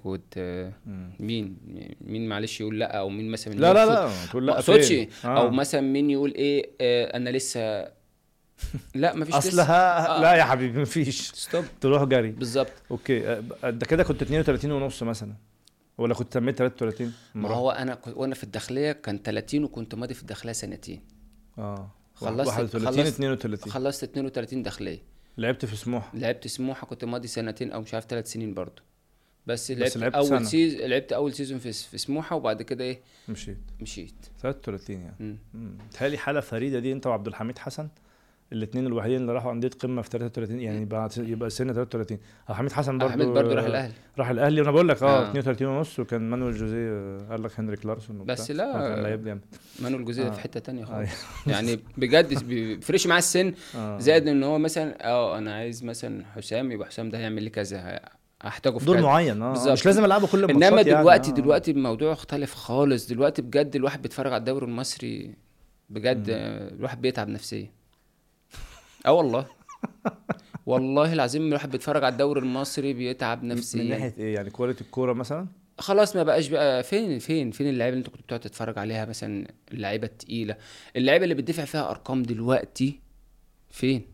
مين معلش يقول لا، او مين مثلا لا تقول لا فين او مثلا مين يقول ايه انا لسه لا مفيش اصلها لا يا حبيبي مفيش. ستوب. تروح جري بالظبط. اوكي. انت كده كنت 32 ونص مثلا، ولا كنت تميت 33؟ ما هو انا وانا في الداخليه كان 30، وكنت ماضي في الداخليه سنتين. خلصت 31 32. خلصت 32 داخليه. لعبت في سموحه. لعبت سموحه كنت ماضي سنتين او مش عارف 3 سنين برضو. بس لعبت لعبت اول سيزون في سموحه، وبعد كده ايه مشيت 33 يعني. تهيألي حاله فريده دي، انت وعبد الحميد حسن الاثنين الوحيدين اللي راحوا انديه قمه في 33 يعني. يبقى سنه 33. حميد حسن برضو راح الاهلي وانا بقول لك 32 ونص. وكان مانويل جوزيه قال لك هنريك لارسون بس لا كان لعيب جامد. مانويل جوزيه في حته تانية خالص. يعني بجد بيفرقش معاه السن. زائد ان هو مثلا انا عايز مثلا حسام، يبقى حسام ده هيعمل لي كذا، هحتاجه في دور معين. مش لازم العبه كل الماتشات. انما دلوقتي يعني دلوقتي الموضوع اختلف خالص. دلوقتي بجد الواحد بيتفرج على الدوري المصري بجد الواحد بيتعب نفسيا. والله والله العظيم الواحد بيتفرج على الدوري المصري بيتعب نفسيا. من ناحيه ايه يعني؟ كواليتي الكوره مثلا خلاص ما بقاش بقى. فين اللعيبه اللي انت كنت بتقعد تتفرج عليها مثلا؟ اللعيبه التقيله، اللعيبه اللي بتدفع فيها ارقام دلوقتي فين؟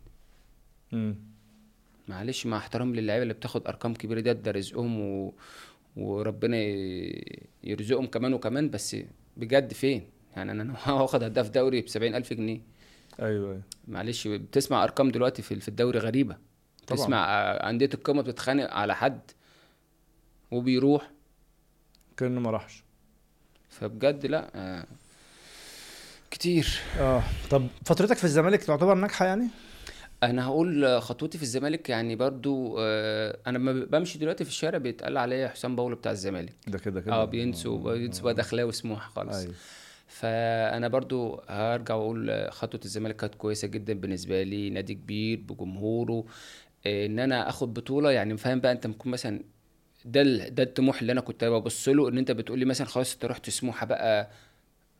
معلش مع احترام للعيبه اللي بتاخد ارقام كبيره، ده رزقهم وربنا يرزقهم كمان وكمان. بس بجد فين يعني؟ انا واخد هداف دوري ب70,000 جنيه. ايوه معلش بتسمع ارقام دلوقتي في الدوري غريبه. طبعا. تسمع انديه القمه بتتخانق على حد وبيروح كأنه ما راحش. فبجد لا كتير. طب فترتك في الزمالك تعتبر ناجحه يعني؟ انا هقول خطوتي في الزمالك يعني برضو انا لما بمشي دلوقتي في الشارع بيتقال عليا حسام باولو بتاع الزمالك. ده كده بينسوا بقى داخلاوي سموحه خالص. أيوه. فانا برضو هرجع واقول خطوه الزمالك كانت كويسه جدا بالنسبه لي. نادي كبير بجمهوره، ان انا اخد بطوله يعني. فاهم بقى انت ممكن مثلا ده الطموح اللي انا كنت ببص له. ان انت بتقول لي مثلا خلاص انت رحت سموحه بقى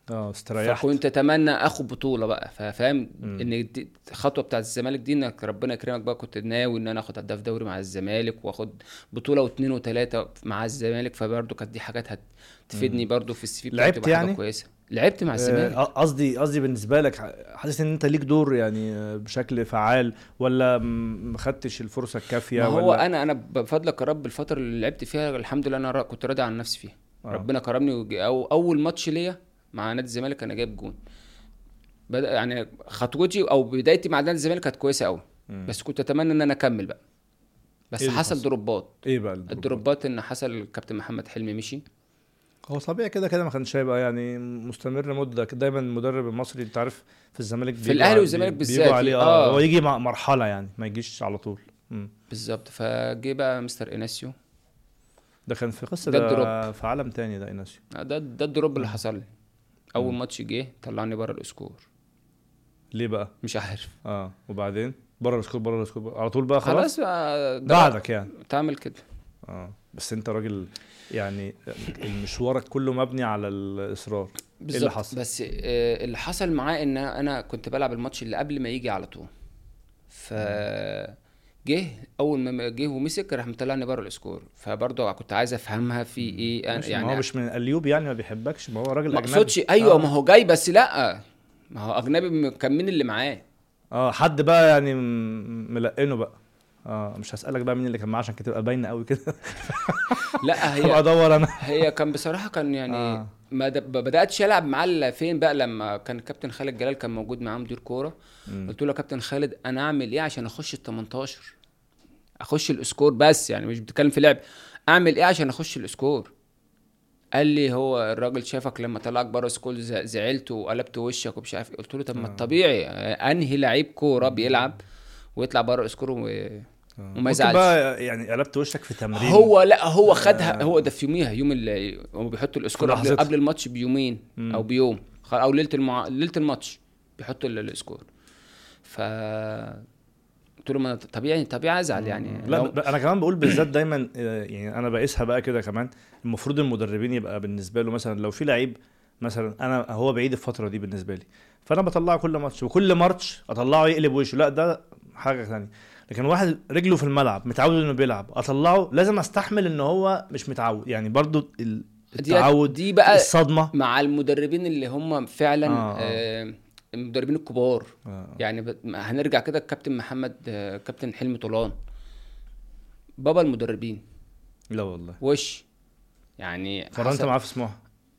استريحت. فكنت اتمنى اخد بطوله بقى، فاهم ان دي خطوه بتاعه الزمالك دي، انك ربنا يكرمك بقى. كنت ناوي ان انا اخد هداف دوري مع الزمالك، واخد بطوله واثنين وثلاثه مع الزمالك، فبرضه كانت دي حاجات هتفيدني برضه في السي في بتاعتي، لعبت تبقى حاجه يعني؟ كويسه. لعبت مع الزمالك. قصدي بالنسبه لك حاسس ان انت ليك دور يعني بشكل فعال، ولا ما خدتش الفرصه الكافيه؟ ما هو ولا انا بفضلك يا رب الفتره اللي لعبت فيها الحمد لله انا كنت راضي عن نفسي فيها. ربنا كرمني أو اول ماتش ليا مع نادي الزمالك انا جايب جون. بدأ يعني خطوتي او بدايتي مع نادي الزمالك كانت كويسه قوي، بس كنت اتمنى ان انا اكمل بقى. بس إيه اللي حصل حصل؟ دروبات. ايه بقى الدروبات ان حصل الكابتن محمد حلمي مشي. هو طبيعي كده ما كانش هيبقى يعني مستمر مده كده. دايما المدرب المصري انت عارف في الزمالك في الاهلي والزمالك بيجوا بالذات عليه هو يجي مع مرحله يعني، ما يجيش على طول. بالظبط. فجه بقى مستر ايناسيو. ده كان في قصه، ده ده الدروب. في عالم تاني ده ايناسيو. ده الدروب اللي حصل لي. اول ماتش جه طلعني بره الاسكور. ليه بقى؟ مش عارف. وبعدين بره الاسكور على طول بقى خلاص بقى بعدك يعني تعمل كده. بس انت راجل يعني المشوارك كله مبني على الاصرار. ايه اللي حصل؟ بس اللي حصل معاه ان انا كنت بلعب الماتش اللي قبل ما يجي على طول. ف جه اول ما جه ومسك راح مطلعني بره الاسكور. فبرضه كنت عايز افهمها في ايه يعني ما هو مش من اليوب يعني ما بيحبكش، ما هو راجل اجنبي. ما اقصدش ايوه ما هو جاي بس لا ما هو اجنبي. كان مين اللي معاه؟ حد بقى يعني ملقنه بقى. مش هسألك بقى مين اللي كان معاه عشان كده تبقى باينه قوي كده. لا هي ادور انا. هي كان بصراحه كان يعني ما بداتش العب معاه فين بقى لما كان كابتن خالد جلال كان موجود معاه مدير كوره. قلت له يا كابتن خالد انا اعمل ايه عشان اخش ال 18 اخش الاسكور؟ بس يعني مش بتكلم في لعب، اعمل ايه عشان اخش الاسكور؟ قال لي هو الراجل شافك لما طلعك بره سكول زعلت وقلبت وشك ومش عارف. قلت له طب ما الطبيعي انهي لعيب كوره بيلعب ويطلع بره اسكور وما يزعلش بقى يعني قلبت وشك في تمرين. هو لا هو خدها هو ده في يوميها، يوم اللي هم بيحطوا الاسكور قبل الماتش بيومين او بيوم او ليله ليله الماتش بيحطوا الاسكور. ف قلت له ما طبيعي ازعل يعني. لا انا كمان بقول بالذات دايما يعني انا بقيسها بقى كده كمان. المفروض المدربين يبقى بالنسبه له مثلا لو في لعيب مثلا انا هو بعيد الفتره دي بالنسبه لي، فانا بطلعه كل ماتش وكل ماتش اطلعه يقلب وشه، لا ده حاجه ثانيه. لكن واحد رجله في الملعب متعود انه بيلعب اطلعه لازم استحمل ان هو مش متعود يعني برضو التعود دي بقى الصدمه مع المدربين اللي هم فعلا المدربين الكبار. يعني هنرجع كده الكابتن محمد كابتن حلمي طولان بابا المدربين. لا والله وش يعني فرنت معاه في سموحه.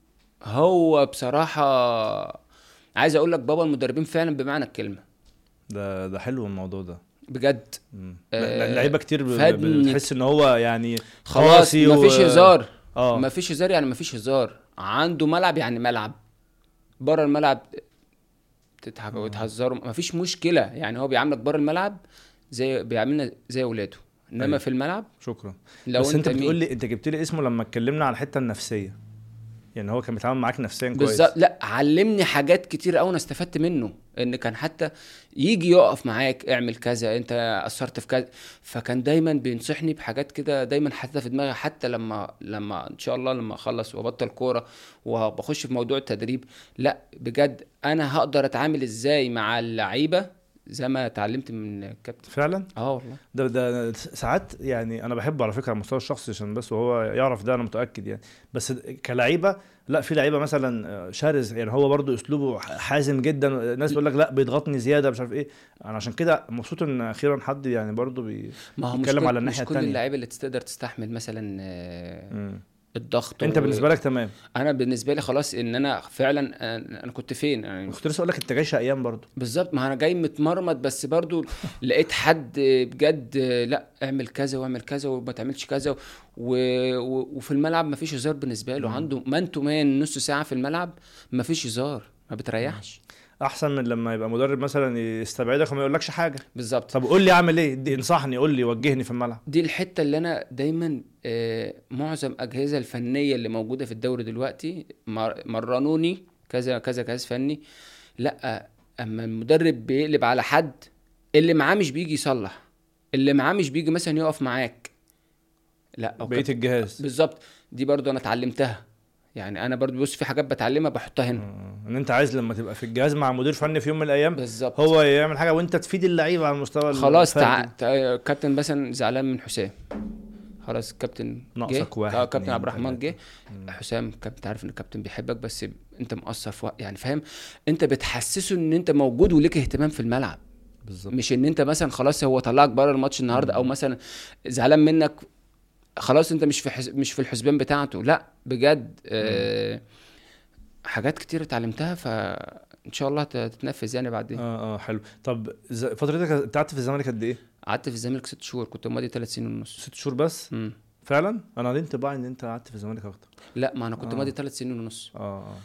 هو بصراحه عايز اقول لك بابا المدربين فعلا بمعنى الكلمه. ده حلو الموضوع ده بجد. لعيبه كتير بتحس ان هو يعني خلاص مفيش هزار. مفيش هزار يعني مفيش هزار. عنده ملعب يعني ملعب، بره الملعب تضحكوا وتهزروا مفيش مشكله. يعني هو بيعاملك بره الملعب زي بيعاملنا زي اولاده، انما في الملعب شكرا. لو بس انت بتقول لي انت جبت لي اسمه لما اتكلمنا على الحته النفسيه، يعني هو كان بيتعامل معاك نفسيا كويس بالظبط. لا علمني حاجات كتير قوي انا استفدت منه. ان كان حتى يجي يقف معاك اعمل كذا انت اثرت في كذا، فكان دايما بينصحني بحاجات كده دايما حاططها في دماغي. حتى لما ان شاء الله لما اخلص وابطل كوره وبخش في موضوع التدريب، لا بجد انا هقدر اتعامل ازاي مع اللعيبه زي ما اتعلمت من الكابتن فعلا. والله ده ساعات يعني انا بحبه على فكره على المستوى الشخصي عشان بس وهو يعرف ده انا متاكد يعني. بس كلعيبه لا، في لعيبه مثلا شرس يعني هو برضو اسلوبه حازم جدا. الناس بيقول لك لا بيضغطني زياده مش عارف ايه. انا عشان كده مبسوط ان اخيرا حد يعني برضو بيتكلم على الناحيه الثانيه. مش كل اللعيبه اللي تقدر تستحمل مثلا الضغط. انت بالنسبه لك تمام. انا بالنسبه لي خلاص ان انا فعلا انا كنت فين يعني. كنت لسه اقول لك انت جاي شقيان برضو. بالظبط. ما انا جاي متمرمط بس برضو لقيت حد بجد لا اعمل كذا واعمل كذا وما تعملش كذا وفي الملعب ما فيش هزار بالنسبه له. عنده مان نص ساعه في الملعب ما فيش هزار ما بتريحش. احسن من لما يبقى مدرب مثلا يستبعدك وما يقولكش حاجه. بالظبط. طب قول لي اعمل ايه، انصحني قول لي وجهني في الملعب. دي الحته اللي انا دايما معظم اجهزه الفنيه اللي موجوده في الدوري دلوقتي مرنوني كذا كذا كذا فني. لا اما المدرب بيقلب على حد اللي معاه مش بيجي يصلح، اللي معاه مش بيجي مثلا يقف معاك، لا بقيه الجهاز. بالظبط. دي برضو انا اتعلمتها يعني انا برضو بص في حاجات بتعلمها بحطها هنا. ان انت عايز لما تبقى في الجهاز مع مدير فني في يوم من الايام بالظبط. هو يعمل حاجه وانت تفيد اللعيبه على المستوى خلاص الفردي. كابتن مثلا زعلان من حسام، خلاص الكابتن جه، ناقصك واحد كابتن اتنين عبد الرحمن تلاتة. جه، حسام كابتن عارف ان الكابتن بيحبك بس انت مقصر في وقت، يعني فاهم، انت بتحسسه ان انت موجود وليك اهتمام في الملعب. بالظبط. مش ان انت مثلا خلاص هو طلعك بره الماتش النهارده او مثلا زعلان منك خلاص انت مش في الحسبان بتاعته، لا بجد. حاجات كتير اتعلمتها فان شاء الله تتنفذ يعني بعدين. حلو. طب فترتك انت قعدت في الزمالك قد ايه؟ قعدت في الزمالك 6 شهور، كنت ماضي 3 سنين ونص. 6 شهور بس؟ فعلا انا عندي انطباع ان انت قعدت في الزمالك اكتر. لا ما انا كنت ماضي 3 سنين ونص.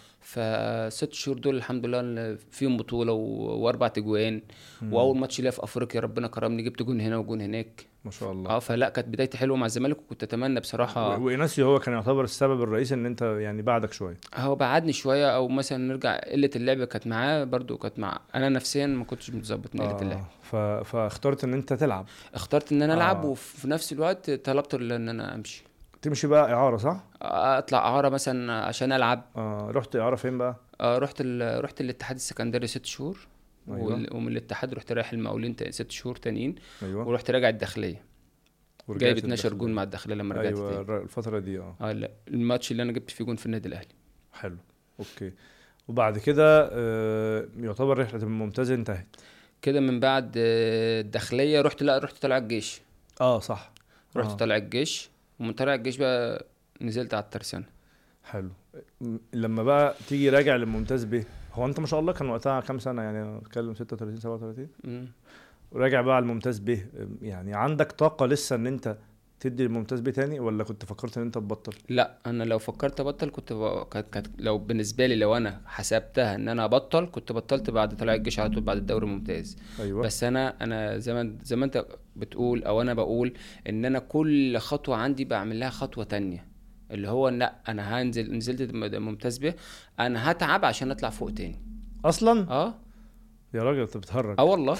ف6 شهور دول الحمد لله فيهم بطوله واربع تجوان، واول ماتش ليا في افريقيا ربنا كرمني جبت جون هنا وجون هناك ما شاء الله. فلا كانت بدايتي حلوه مع الزمالك، وكنت اتمنى بصراحه. وإناسيو هو كان يعتبر السبب الرئيسي ان انت يعني بعدك شويه. هو بعدني شويه، او مثلا نرجع قله اللعب كانت معاه برضو، كانت مع انا نفسيا ما كنتش متظبط من قله اللعب. فاخترت ان انت تلعب. اخترت ان انا العب، وفي نفس الوقت طلبت ان انا امشي. تمشي بقى اعاره صح؟ اطلع اعاره مثلا عشان العب. رحت اعاره فين بقى؟ رحت الاتحاد السكندري 6 شهور. أيوة. ومن الاتحاد رحت رايح المقاولين 6 شهور تانيين. أيوة. ورحت راجع الداخليه، جايب 12 جون مع الداخليه لما رجعت. ايوه تاني. الفتره دي لا الماتش اللي انا جبت فيه جون في النادي الاهلي. حلو اوكي. وبعد كده يعتبر رحله الممتاز انتهت كده. من بعد الداخليه رحت طلع الجيش. صح. رحت طلع الجيش، ومن طلع الجيش بقى نزلت على الترسانة. حلو. لما بقى تيجي راجع للممتاز به، هو انت ما شاء الله كان وقتها كام سنه يعني؟ اتكلم 36 37. وراجع بقى على الممتاز به، يعني عندك طاقه لسه ان انت تدي الممتاز به تاني، ولا كنت فكرت ان انت تبطل؟ لا انا لو فكرت ابطل كانت لو بالنسبه لي لو انا حسبتها ان انا ابطل كنت بطلت بعد طلع الجيش على طول بعد الدوري الممتاز. أيوة. بس انا زي ما انت بتقول او انا بقول ان انا كل خطوه عندي بعمل لها خطوه تانية، اللي هو لا انا نزلت ممتاز به، انا هتعب عشان اطلع فوق تاني اصلا. يا راجل انت بتهرج. والله.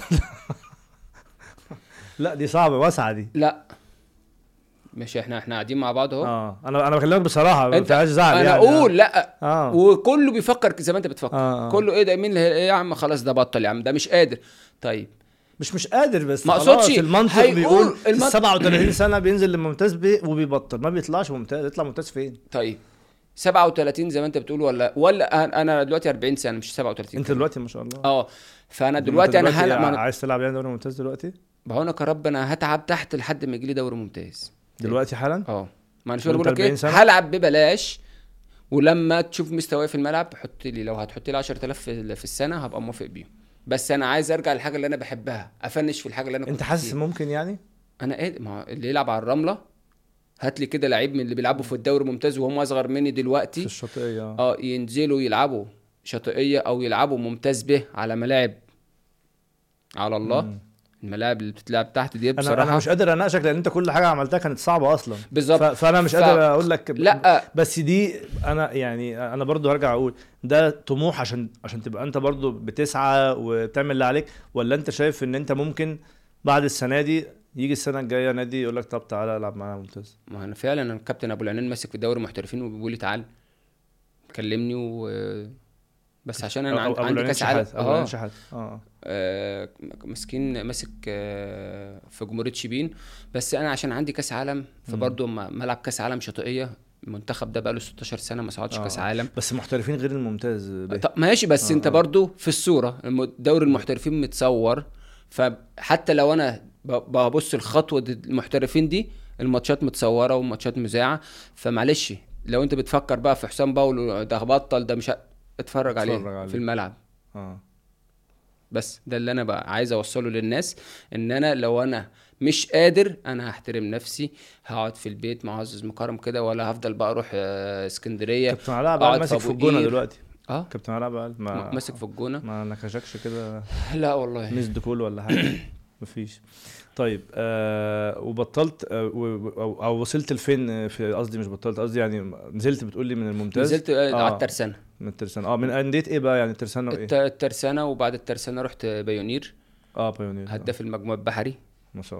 لا دي صعبه واسعه دي. لا مش احنا قاعدين مع بعض اهو. انا بكلمك بصراحه، انت عايز زعل انا يعني. اقول لا. وكله بيفكر زي ما انت بتفكر. كله ايه ده مين يا عم خلاص ده بطل يا عم ده مش قادر. طيب مش قادر، بس ما اقصدش المنطق بيقول 37 سنه بينزل للممتاز بيه وبيبطل، ما بيطلعش ممتاز. يطلع ممتاز فين؟ طيب 37 زي ما انت بتقول ولا انا دلوقتي 40 سنه مش 37. انت دلوقتي ما شاء الله. فانا دلوقتي انا عايز تلعب يعني دوري ممتاز دلوقتي؟ ما هو انا كرب انا هتعب تحت لحد ما يجي لي دوري ممتاز دلوقتي حالا. ما انا بقول لك ايه، هلعب ببلاش، ولما تشوف مستواي في الملعب حط لي، لو هتحط لي 10000 في السنه هبقى موافق بيهم، بس انا عايز ارجع للحاجه اللي انا بحبها، افنش في الحاجه اللي انا كنت انت حاسس ممكن يعني؟ انا ايه، ما اللي يلعب على الرمله هات لي كده لعيب من اللي بيلعبوا في الدوري الممتاز وهم اصغر مني دلوقتي في الشاطئيه ينزلوا يلعبوا شاطئيه او يلعبوا ممتاز به على ملاعب على الله. الملاعب اللي بتتلعب تحت دي بصراحه انا مش قادر اناقشك لان انت كل حاجه عملتها كانت صعبه اصلا. بالظبط. فانا مش قادر اقول لك لا بس دي انا يعني انا برضو هرجع اقول ده طموح عشان تبقى انت برضو بتسعى وبتعمل اللي عليك، ولا انت شايف ان انت ممكن بعد السنه دي يجي السنه الجايه نادي يقول لك طب تعالى العب معانا ممتاز؟ ما انا فعلا الكابتن ابو العنين ماسك في دوري المحترفين وبيقول لي تعال كلمني بس عشان انا عندي كاس عالم. مسكين ماسك في جمهوريه شبين، بس انا عشان عندي كاس عالم فبرضه ملعب كاس عالم شاطئيه. المنتخب ده بقاله 16 سنه ما صعدش كاس عالم. بس محترفين غير الممتاز. طب ماشي بس انت برضه في الصوره دوري المحترفين متصور، فحتى لو انا ببص الخطوه المحترفين دي الماتشات متصوره وماتشات مذاعه، فمعلش لو انت بتفكر بقى في حسام باولو ده بطل ده مش اتفرج عليه في الملعب. بس ده اللي انا بقى عايز اوصله للناس، ان انا لو انا مش قادر انا هحترم نفسي، هقعد في البيت معزز مكرم كده، ولا هفضل بقى اروح اسكندريه. كابتن علاء بقى ماسك في الجونه دلوقتي. كابتن علاء بقى ماسك في الجونه. ما نكشكش كده؟ لا والله مسد كول ولا حاجه؟ مفيش. طيب وبطلت او وصلت لفين؟ في قصدي مش بطلت، قصدي يعني نزلت بتقول لي من الممتاز. نزلت على الترسانة. من الترسانة من انديه ايه بقى يعني؟ الترسانة وايه؟ الترسانة، وبعد الترسانة رحت بايونير. بايونير هداف المجموعة البحري. ما شاء الله.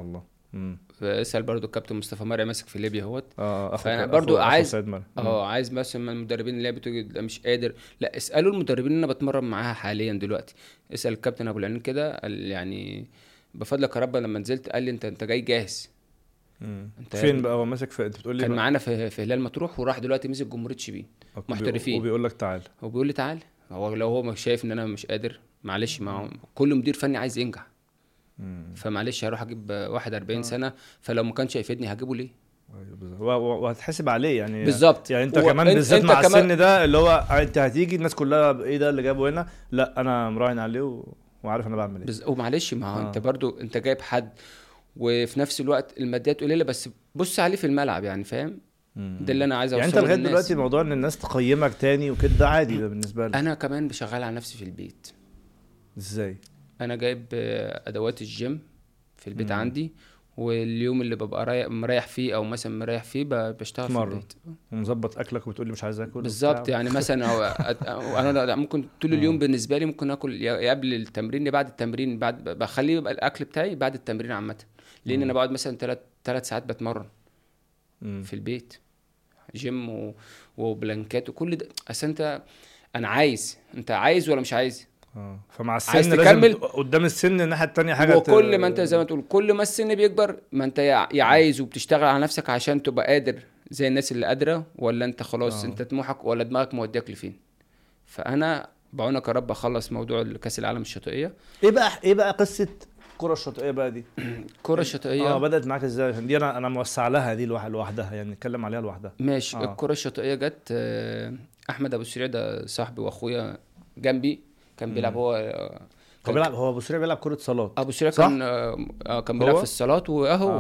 اسال برضو الكابتن مصطفى مرعي ماسك في ليبيا اهوت. فانا اخو برضو عايز سيد مرعي. عايز مثلا من المدربين اللي هي بتقول ده مش قادر، لا اسالوا المدربين اللي انا بتمرن معاها حاليا دلوقتي. اسال الكابتن ابو العينين كده يعني بفضلك يا رب لما نزلت قال لي انت جاي جاهز. انت فين بقى هو ماسك في، انت بتقول لي كان معانا في هلال مطروح وراح دلوقتي مسك جمهوريه شبين محترفين. وبيقول لك تعال، هو بيقول لي تعال. هو لو هو مش شايف ان انا مش قادر معلش، ما كل مدير فني عايز ينجح. فمعلش هروح اجيب واحد 40 سنه، فلو ما كانش هيفيدني هجيبه ليه؟ وهتحاسب عليه يعني. بالظبط. يعني انت كمان بالذات مع السن ده اللي هو انت هتيجي الناس كلها ايه ده اللي جابه هنا، لا انا مراهن عليه وعارف انا بعمل ايه. ومعلش ما هو انت برضو انت جايب حد وفي نفس الوقت الماديات قليله، بس بص عليه في الملعب يعني فاهم. ده اللي انا عايز اوصله. يعني انت لغايه دلوقتي موضوع ان الناس تقيمك تاني وكده ده عادي ده بالنسبه لك؟ انا كمان بشغال على نفسي في البيت. ازاي؟ انا جايب ادوات الجيم في البيت عندي، واليوم اللي ببقى مريح فيه او مثلا مريح فيه بشتغل في البيت ومظبط اكلك وبتقول لي مش عايز اكل بالظبط. يعني مثلا أو انا ممكن طول اليوم بالنسبه لي ممكن اكل يا قبل التمرين يا بعد التمرين، بعد بخليه يبقى الاكل بتاعي بعد التمرين عامه، لان انا بقعد مثلا 3 ساعات بتمرن في البيت جيم وبلانكات وكل ده. اصل انا عايز، انت عايز ولا مش عايز؟ فمع السن لازم قدام السن الناحيه التانية حاجه. وكل ما انت زي ما تقول كل ما السن بيكبر ما انت يا عايز وبتشتغل على نفسك عشان تبقى قادر زي الناس اللي قادره، ولا انت خلاص انت طموحك ولا دماغك موديك لفين. فانا بعونك يا رب اخلص موضوع كاس العالم الشاطئيه. ايه بقى قصه الكره الشاطئيه بقى دي؟ الكره الشاطئيه بدات معاك ازاي؟ عشان دي انا موسع لها دي لوحدها يعني نتكلم عليها لوحدها. ماشي. الكره الشاطئيه جت احمد ابو السريع ده صاحبي واخويا جنبي كان بيلعب. هو ابو سريع بيلعب كره صالات. ابو سريع كان بيلعب في الصالات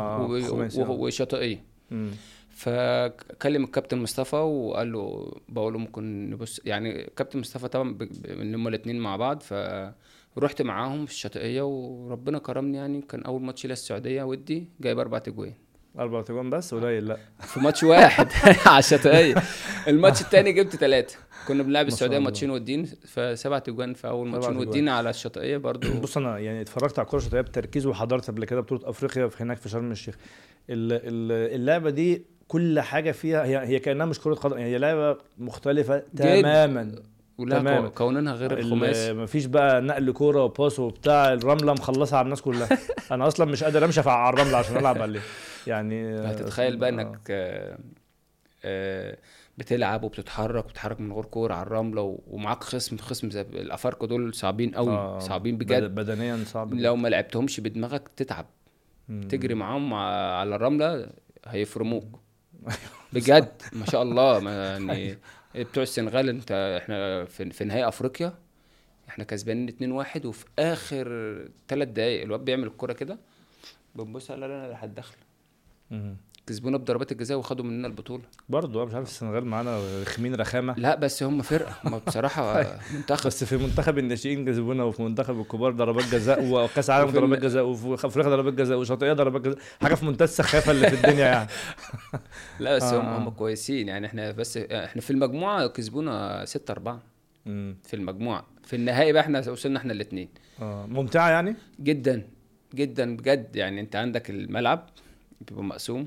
وشاطئيه. فكلم الكابتن مصطفى وقال له بقول له ممكن نبص. يعني الكابتن مصطفى طبعا ان هم الاثنين مع بعض، فرحت معاهم في الشاطئيه وربنا كرمني. يعني كان اول ماتش للسعوديه ودي جايب 4 اجوان. 4 اجوان بس قليل؟ لا في ماتش واحد على الشاطئيه. الماتش الثاني جبت 3. كنا بنلعب السعوديه ماتشين ودين، ف7 اجوان في اول ماتشين ودين على الشاطئيه برضو. بص انا يعني اتفرجت على الكره الشاطئيه بتركيز، وحضرت قبل كده بطوله افريقيا هناك في شرم الشيخ. اللعبه دي كل حاجه فيها هي كانها مش كره قدم، هي لعبه مختلفه تماما. ولا كونها غير الخماسي. مفيش بقى نقل كوره وباس وبتاع. الرمله مخلصه على الناس كلها. انا اصلا مش قادر امشي على الرمله عشان العب عليه يعني. هتتخيل بقى انك بتلعب وبتتحرك من غير كوره على الرمله، ومعاك خصم زي الافارقه دول صعبين قوي. صعبين بجد بدنيا صعب. لو ما لعبتهمش بدماغك تتعب. تجري معاهم على الرمله هيفرموك بجد. ما شاء الله. يعني بتوع السنغال احنا في نهائي افريقيا احنا كسبانين 2-1، وفي اخر 3 دقايق الواد بيعمل الكرة كده بنبص لا لا هتدخل. كسبونا بضربات الجزاء وخدوا مننا البطولة. برضو مش عارف السنغال معانا رخمين رخامة. لا بس هم فرقة، هم بصراحة منتخب. بس في منتخب الناشئين كسبونا، وفي منتخب الكبار ضربات جزاء، وكاس عالم ضربات جزاء، وفي افريقيا ضربات جزاء، وشاطئية ضربات جزاء. حاجة في منتهى السخافة اللي في الدنيا يعني. لا بس هم كويسين يعني. احنا في المجموعة كسبونا 6-4 في المجموعة. في النهائي بقى احنا وصلنا احنا الاثنين. ممتعة يعني جدا جدا بجد. يعني انت عندك الملعب بيبقى مقسوم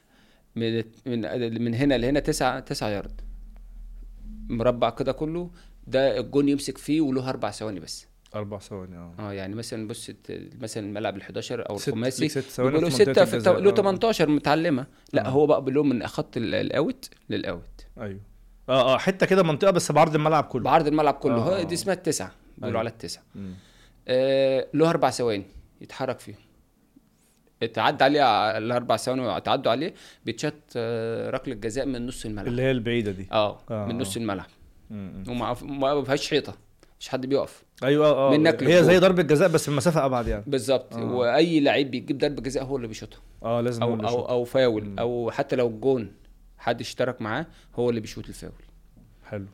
من هنا لهنا 9 يارد مربع كده كله. ده الجون يمسك فيه وله 4 ثواني بس. 4 ثواني يعني مثلا بص مثلا الملعب ال11 او الخماسي 6 بيقولوا 6 له 18 متعلمه. لا هو بقى بيقولوا من خط الاوت للاوت. ايوه حته كده منطقه بس بعرض الملعب كله. بعرض الملعب كله. دي اسمها 9 بيقولوا على 9. له 4 ثواني يتحرك فيهم. اتعدى عليه ال4 ثواني واتعدوا عليه بيتشات ركله جزاء من نص الملعب اللي هي البعيده دي. من نص الملعب. وما فيهاش حيطه، مش حد بيقف. ايوه هي زي ضربه جزاء بس المسافه ابعد يعني. بالظبط. واي لعيب بيجيب ضربه جزاء هو اللي بيشوطها. لازم او فاول. او حتى لو الجون حد اشترك معاه هو اللي بيشوط الفاول. حلو.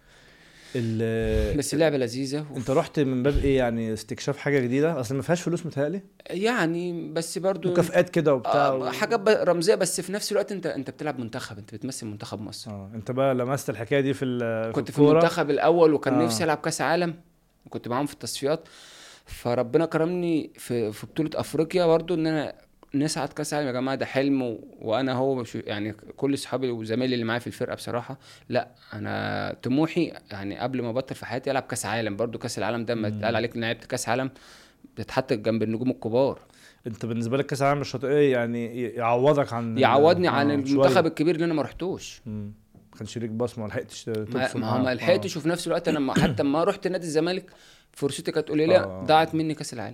بس اللعبه لذيذه. انت رحت من باب ايه يعني؟ استكشاف حاجه جديده؟ اصل ما فيهاش فلوس متهيألي يعني، بس برضو مكافآت كده وبتاع حاجات رمزيه. بس في نفس الوقت انت بتلعب منتخب، انت بتمثل منتخب مصر. انت بقى لمست الحكايه دي كنت في المنتخب الاول، وكان نفسي العب كاس عالم، وكنت معاهم في التصفيات. فربنا كرمني في بطوله افريقيا برضو ان انا نصعد كاس عالم يا جماعه، ده حلم وانا هو مش يعني كل اصحابي وزمايلي اللي معايا في الفرقه بصراحه، لا انا طموحي يعني قبل ما ابطل في حياتي العب كاس عالم. برضو كاس العالم ده ما اتقال عليك ان لعبت كاس عالم بتتحط جنب النجوم الكبار. انت بالنسبه لك كاس العالم الشاطئيه يعني يعوضك عن يعوضني عن المنتخب شوية. الكبير اللي انا ما رحتوش. ما كانش ليك بصمه، ما لحقتش ما تبصم ما هو ما معاهم. لحقتش، وفي نفس الوقت انا حتى ما رحت نادي الزمالك فرصتي كانت قليله، ضاعت مني كاس العالم.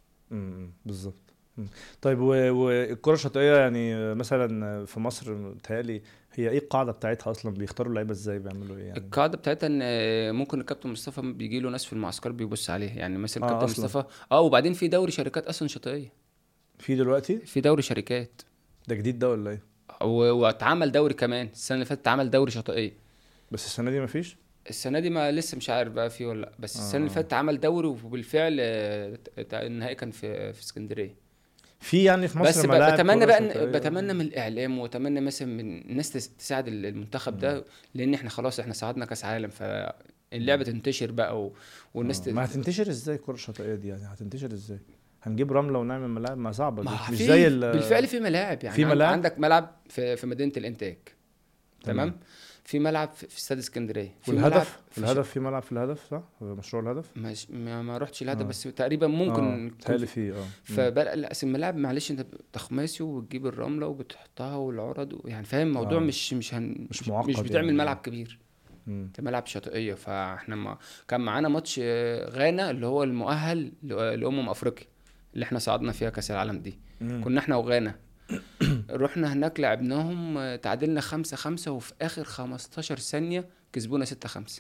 بالظبط. طيب والكره الشاطئيه يعني مثلا في مصر متهيألي هي ايه القاعده بتاعتها اصلا؟ بيختاروا اللعيبه ازاي؟ بيعملوا ايه يعني؟ القاعده بتاعتها ان ممكن الكابتن مصطفى بيجي له ناس في المعسكر بيبص عليه، يعني مثلا الكابتن اصلا مصطفى وبعدين في دوري شركات اصلا شاطئيه، في دلوقتي في دوري شركات ده جديد ده ولا ايه؟ واتعمل دوري كمان السنه اللي فاتت، اتعمل دوري شاطئيه. بس السنه دي مفيش. السنه دي ما لسه مش عارف بقى فيه ولا لا، بس السنه اللي فاتت عمل دوري وبالفعل النهائي كان في اسكندريه. في يعني في مصر بس ملاعب بتمنى كرة بقى شاطئية؟ بتمنى من الاعلام واتمنى مثلا من الناس تساعد المنتخب ده، لان احنا خلاص احنا صعدنا كاس عالم، فاللعبه تنتشر بقى والناس ما هتنتشر ازاي الكرة الشاطئية دي؟ يعني هتنتشر ازاي؟ هنجيب رملة ونعمل ملاعب؟ ما صعبة دي، ما مش في زي بالفعل في ملاعب، يعني في ملاعب؟ عندك ملعب في مدينه الانتاج، تمام. في ملعب في استاد اسكندريه، في ملعب والهدف الهدف في ملعب في الهدف، صح؟ مشروع الهدف ما رحتش الهدف بس تقريبا ممكن تهيألي فيه فبقى لا الملاعب معلش انت تخماسي وتجيب الرمله وبتحطها والعرض يعني فاهم الموضوع مش معقد، مش بتعمل يعني. ملعب كبير، انت ملعب شاطئيه. فاحنا كان معانا ماتش غانا اللي هو المؤهل افريقيا اللي احنا صعدنا فيها كاس العالم دي. كنا احنا وغانا رحنا هناك لعبناهم، تعادلنا 5-5 وفي اخر 15 ثانيه كسبونا 6-5.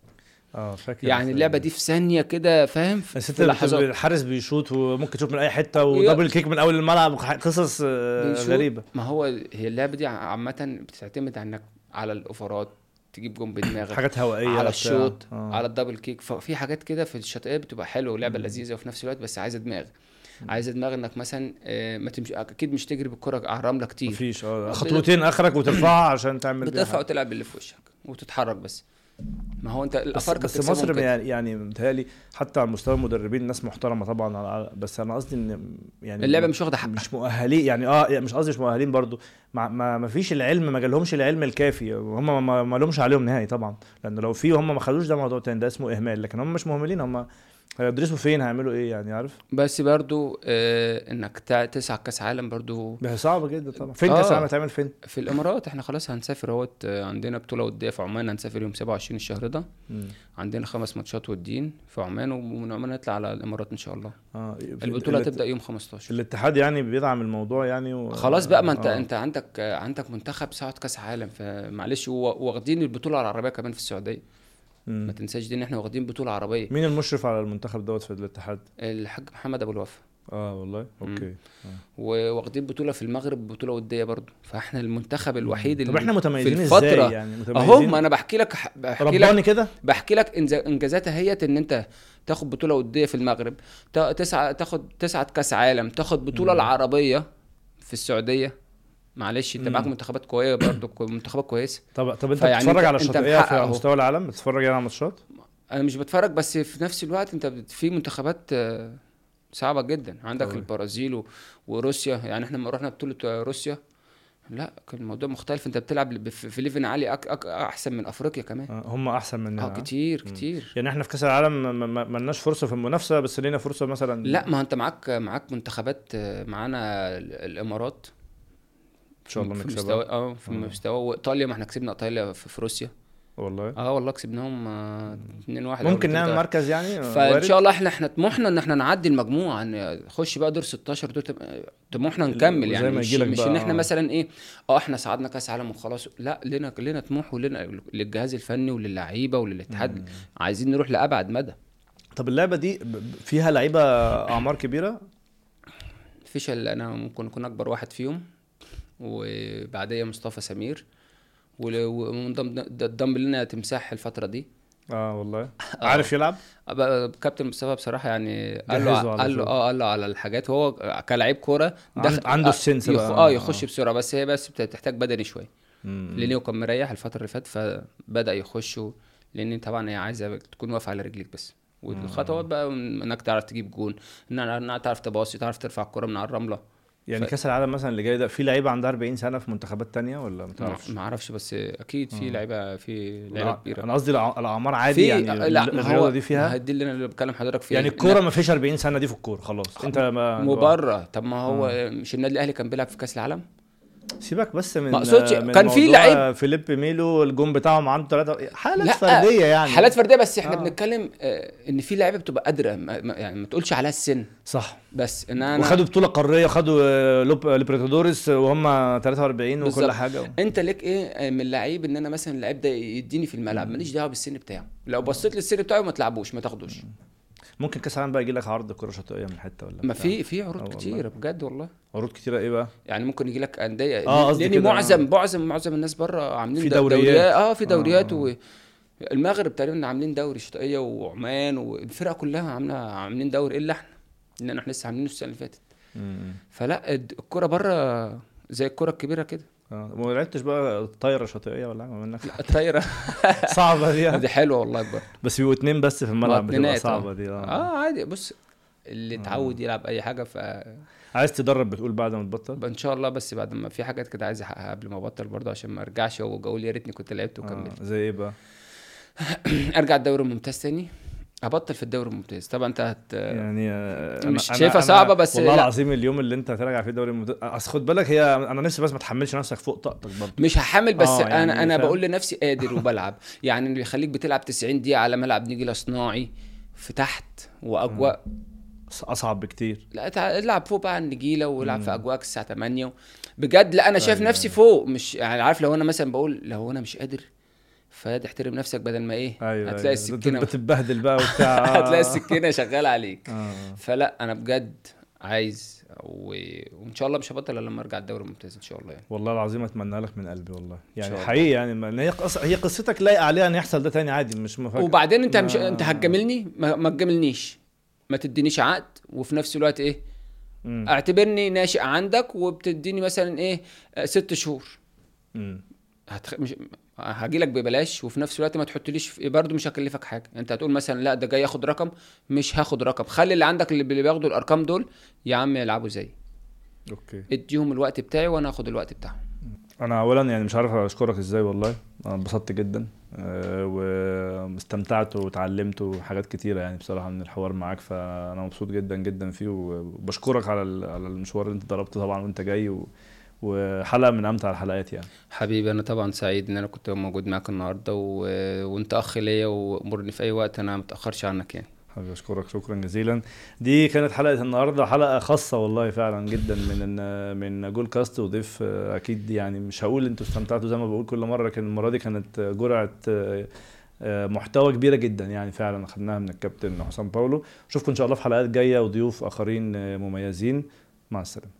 فاكر يعني اللعبه دي في ثانيه كده فاهم، بس في لحظات الحارس بيشوط وممكن تشوط من اي حته ودبل كيك من اول الملعب، قصص غريبه. ما هو هي اللعبه دي عامه بتعتمد على الاوفرات، تجيب جون بدماغك، حاجات هوائيه على الشوط، على الدبل كيك. ففي حاجات كده في الشاطئيه بتبقى حلوه ولعبه لذيذه وفي نفس الوقت بس عايزه دماغ، عايزه دماغ انك مثلا ما تمشي اكيد مش تجري بالكره على الرمله كتير، مفيش خطوتين اخرك وترفعها عشان تعمل بترفع وتلعب اللي في وشك وتتحرك بس. ما هو انت الافارقه بس مصر يعني متهيألي حتى على مستوى المدربين ناس محترمه طبعا، بس انا قصدي ان يعني اللعبه مش واخده حقها، مش مؤهلين يعني مش قصدي مش مؤهلين برضو، ما فيش العلم، ما جالهمش العلم الكافي، هم ما لهمش عليهم نهائي طبعا، لان لو في هم ما خدوش ده موضوع تاني، ده اسمه اهمال، لكن هم مش مهملين، هم هيدرسوا فين، هيعملوا ايه يعني، عارف. بس برضو انك تسعى كاس عالم برضو صعب جدا طبعا. فين كاس العالم هتعمل فين؟ في الامارات. احنا خلاص هنسافر اهوت، عندنا بطوله وديه في عمان، هنسافر يوم 27 الشهر ده. عندنا 5 ماتشات وديين في عمان، ومن عمان نطلع على الامارات ان شاء الله. البطوله هتبدا يوم 15. الاتحاد يعني بيدعم الموضوع يعني خلاص بقى، ما انت عندك منتخب صعد كاس عالم، فمعلش واخدين البطوله العربيه كمان في السعوديه. ما تنساش دي ان احنا واخدين بطوله عربيه. مين المشرف على المنتخب دوت في الاتحاد؟ الحاج محمد ابو الوفا. والله اوكي. وواخدين بطوله في المغرب، بطوله وديه برضو، فاحنا المنتخب الوحيد اللي طب احنا متميزين في الفتره ازاي يعني؟ اهو ما انا بحكي لك رباني كده، بحكي لك انجازاتها هي ان انت تاخد بطوله وديه في المغرب، تاخد 9 كاس عالم، تاخد بطوله العربيه في السعوديه. معلش انت معاك منتخبات قويه برضو، منتخبات كويسه. طب انت بتتفرج على الشاطئيه في مستوى العالم؟ بتتفرج على ماتشات؟ انا مش بتفرج، بس في نفس الوقت انت في منتخبات صعبة جدا، عندك البرازيل وروسيا. يعني احنا لما رحنا بطولة روسيا لا كان الموضوع مختلف، انت بتلعب في ليفل عالي احسن من افريقيا كمان. هم احسن مننا كتير. يعني احنا في كاس العالم ما لناش فرصة في المنافسة، بس لينا فرصة مثلا. لا ما انت معاك منتخبات، معانا الامارات ان شاء الله نكسبها في مستوى وايطاليا، ما احنا كسبنا ايطاليا في روسيا والله. والله كسبناهم 2-1. ممكن نعمل مركز يعني، فان شاء الله احنا طموحنا ان احنا نعدي المجموعه، نخش بقى دور 16 دول، طموحنا نكمل يعني، مش ان احنا مثلا ايه احنا صعدنا كاس عالم وخلاص، لا لنا طموح، ولنا للجهاز الفني وللعيبه وللاتحاد عايزين نروح لابعد مدى. طب اللعبه دي فيها لعيبه اعمار كبيره؟ مفيش الا انا ممكن اكون اكبر واحد فيهم، وبعديه مصطفى سمير، وانضم لنا تمساح الفتره دي. والله عارف يلعب. كابتن مصطفى بصراحه يعني قال له على الحاجات، هو كلاعب كوره عنده السنس بقى يخش بسرعه، بس هي بتحتاج بدني شويه، لانه كان مريح الفتره اللي فاتت فبدا يخش، لان طبعا هي عايزه تكون واقف على رجليك بس، والخطوات بقى انك تعرف تجيب جون، انك تعرف تباصي، تعرف ترفع الكره من على الرمله، يعني كاس العالم مثلا اللي جاي ده في لعيبه عندها 40 سنه في منتخبات تانية ولا ما تعرفش؟ ما اعرفش، بس اكيد في لعيبه، كبيره. انا قصدي الاعمار عادي في يعني لا، ما الرياضه هو دي ما فيها هي دي اللي انا بكلم حضرتك فيها. يعني الكوره ما فيش 40 سنه دي في الكوره خلاص انت مبرة. طب ما هو مش النادي الاهلي كان بيلعب في كاس العالم؟ سيبك بس ما من اقصدش من كان في موضوع لعيب. فيليب ميلو الجون بتاعهم عنده 3 حالات لا، فرديه يعني. حالات فرديه، بس احنا بنتكلم ان في لعيبه بتبقى قادره، يعني ما تقولش عليها السن. صح. بس ان انا وخدوا بطوله قاريه وخدوا ليبرتادوريس وهم 43 وكل بالظبط. حاجه. انت ليك ايه من اللعيب ان انا مثلا اللعيب ده يديني في الملعب، ماليش دعوه بالسن بتاعه. لو بصيت للسن بتاعه ما تلعبوش، ما تاخدوش. ممكن كاس العالم بقى يجي لك عرض كره شاطئيه من حته ولا ما بتاع؟ في عروض كتيره بجد والله. عروض كتيره ايه بقى؟ يعني ممكن يجي لك انديه، قصدي لان كده معظم الناس بره عاملين في دوريات. في دوريات المغرب تقريبا عاملين دوري شاطئيه، وعمان والفرق كلها عاملين دوري، الا احنا لسه عاملينه السنه اللي فاتت. فلا الكره بره زي الكره الكبيره كده. ما لعبتش بقى الطايره شاطئيه ولا حاجه منك؟ لا الطايره صعبه دي. دي حلوه والله برضه، بس بيبقوا 2 بس في الملعب بتبقى صعبه دي. عادي. بص اللي اتعود يلعب اي حاجه عايز تدرب بتقول بعد ما تبطل ان شاء الله، بس بعد ما في حاجات كده عايز احققها قبل ما ابطل برضه، عشان ما ارجعش واقول يا ريتني كنت لعبت وكملت. زي ايه بقى؟ ارجع الدوري الممتاز تاني، ابطل في الدوري الممتاز. طبعا انت يعني مش شايفها صعبه، بس والله العظيم اليوم اللي انت هترجع فيه الدوري الممتاز، اصل خد بالك هي انا نفسي بس ما تحملش نفسك فوق طاقتك برضه. مش هحمل، بس يعني انا بقول لنفسي قادر وبلعب. يعني اللي يخليك بتلعب 90 دقيقه على ملعب نجيله صناعي في تحت واجواء اصعب بكتير. لا العب فوق بقى النجيله والعب في اجواء الساعه 8 بجد. لا انا شايف نفسي فوق، مش يعني عارف، لو انا مثلا بقول لو انا مش قادر فتحترم نفسك بدل ما ايه. هتلاقي السكينه بتتبهدل بقى وبتاع. هتلاقي السكينه شغاله عليك. فلا انا بجد عايز وان شاء الله مش هبطل الا لما ارجع الدوري الممتاز ان شاء الله يعني. والله العظيم اتمنى لك من قلبي والله يعني حقيقي يعني ان هي قصتك لايقه عليها ان يحصل ده تاني عادي مش مفاجاه. وبعدين انت مش انت هتجاملني، ما تجاملنيش، ما تدينيش عقد، وفي نفس الوقت ايه اعتبرني ناشئ عندك وبتديني مثلا ايه 6 شهور. مش هاجي لك ببلاش، وفي نفس الوقت ما تحطليش برضو مش هكلفك حاجه. انت هتقول مثلا لا ده جاي ياخد رقم، مش هاخد رقم. خلي اللي عندك اللي بياخدوا الارقام دول يا عم يلعبوا زي اوكي، اديهم الوقت بتاعي وانا هاخد الوقت بتاعهم. انا اولا يعني مش عارف اشكرك ازاي والله. انا انبسطت جدا واستمتعت وتعلمت حاجات كتيره يعني بصراحه من الحوار معاك، فانا مبسوط جدا جدا فيه وبشكرك على المشوار اللي انت ضربته طبعا وانت جاي وحلقه من امتع الحلقات يعني. حبيبي انا طبعا سعيد ان انا كنت موجود معاك النهارده وانت اخ ليا وامرني في اي وقت، انا ما اتاخرش عنك يعني. حبيبي اشكرك شكرا جزيلا. دي كانت حلقه النهارده، حلقه خاصه والله فعلا جدا من جول كاست وضيف اكيد يعني مش هقول انتوا استمتعتوا زي ما بقول كل مره، لكن المره دي كانت جرعه محتوى كبيره جدا يعني فعلا اخذناها من الكابتن حسام باولو. اشوفكم ان شاء الله في حلقات جايه وضيوف اخرين مميزين. مع السلامه.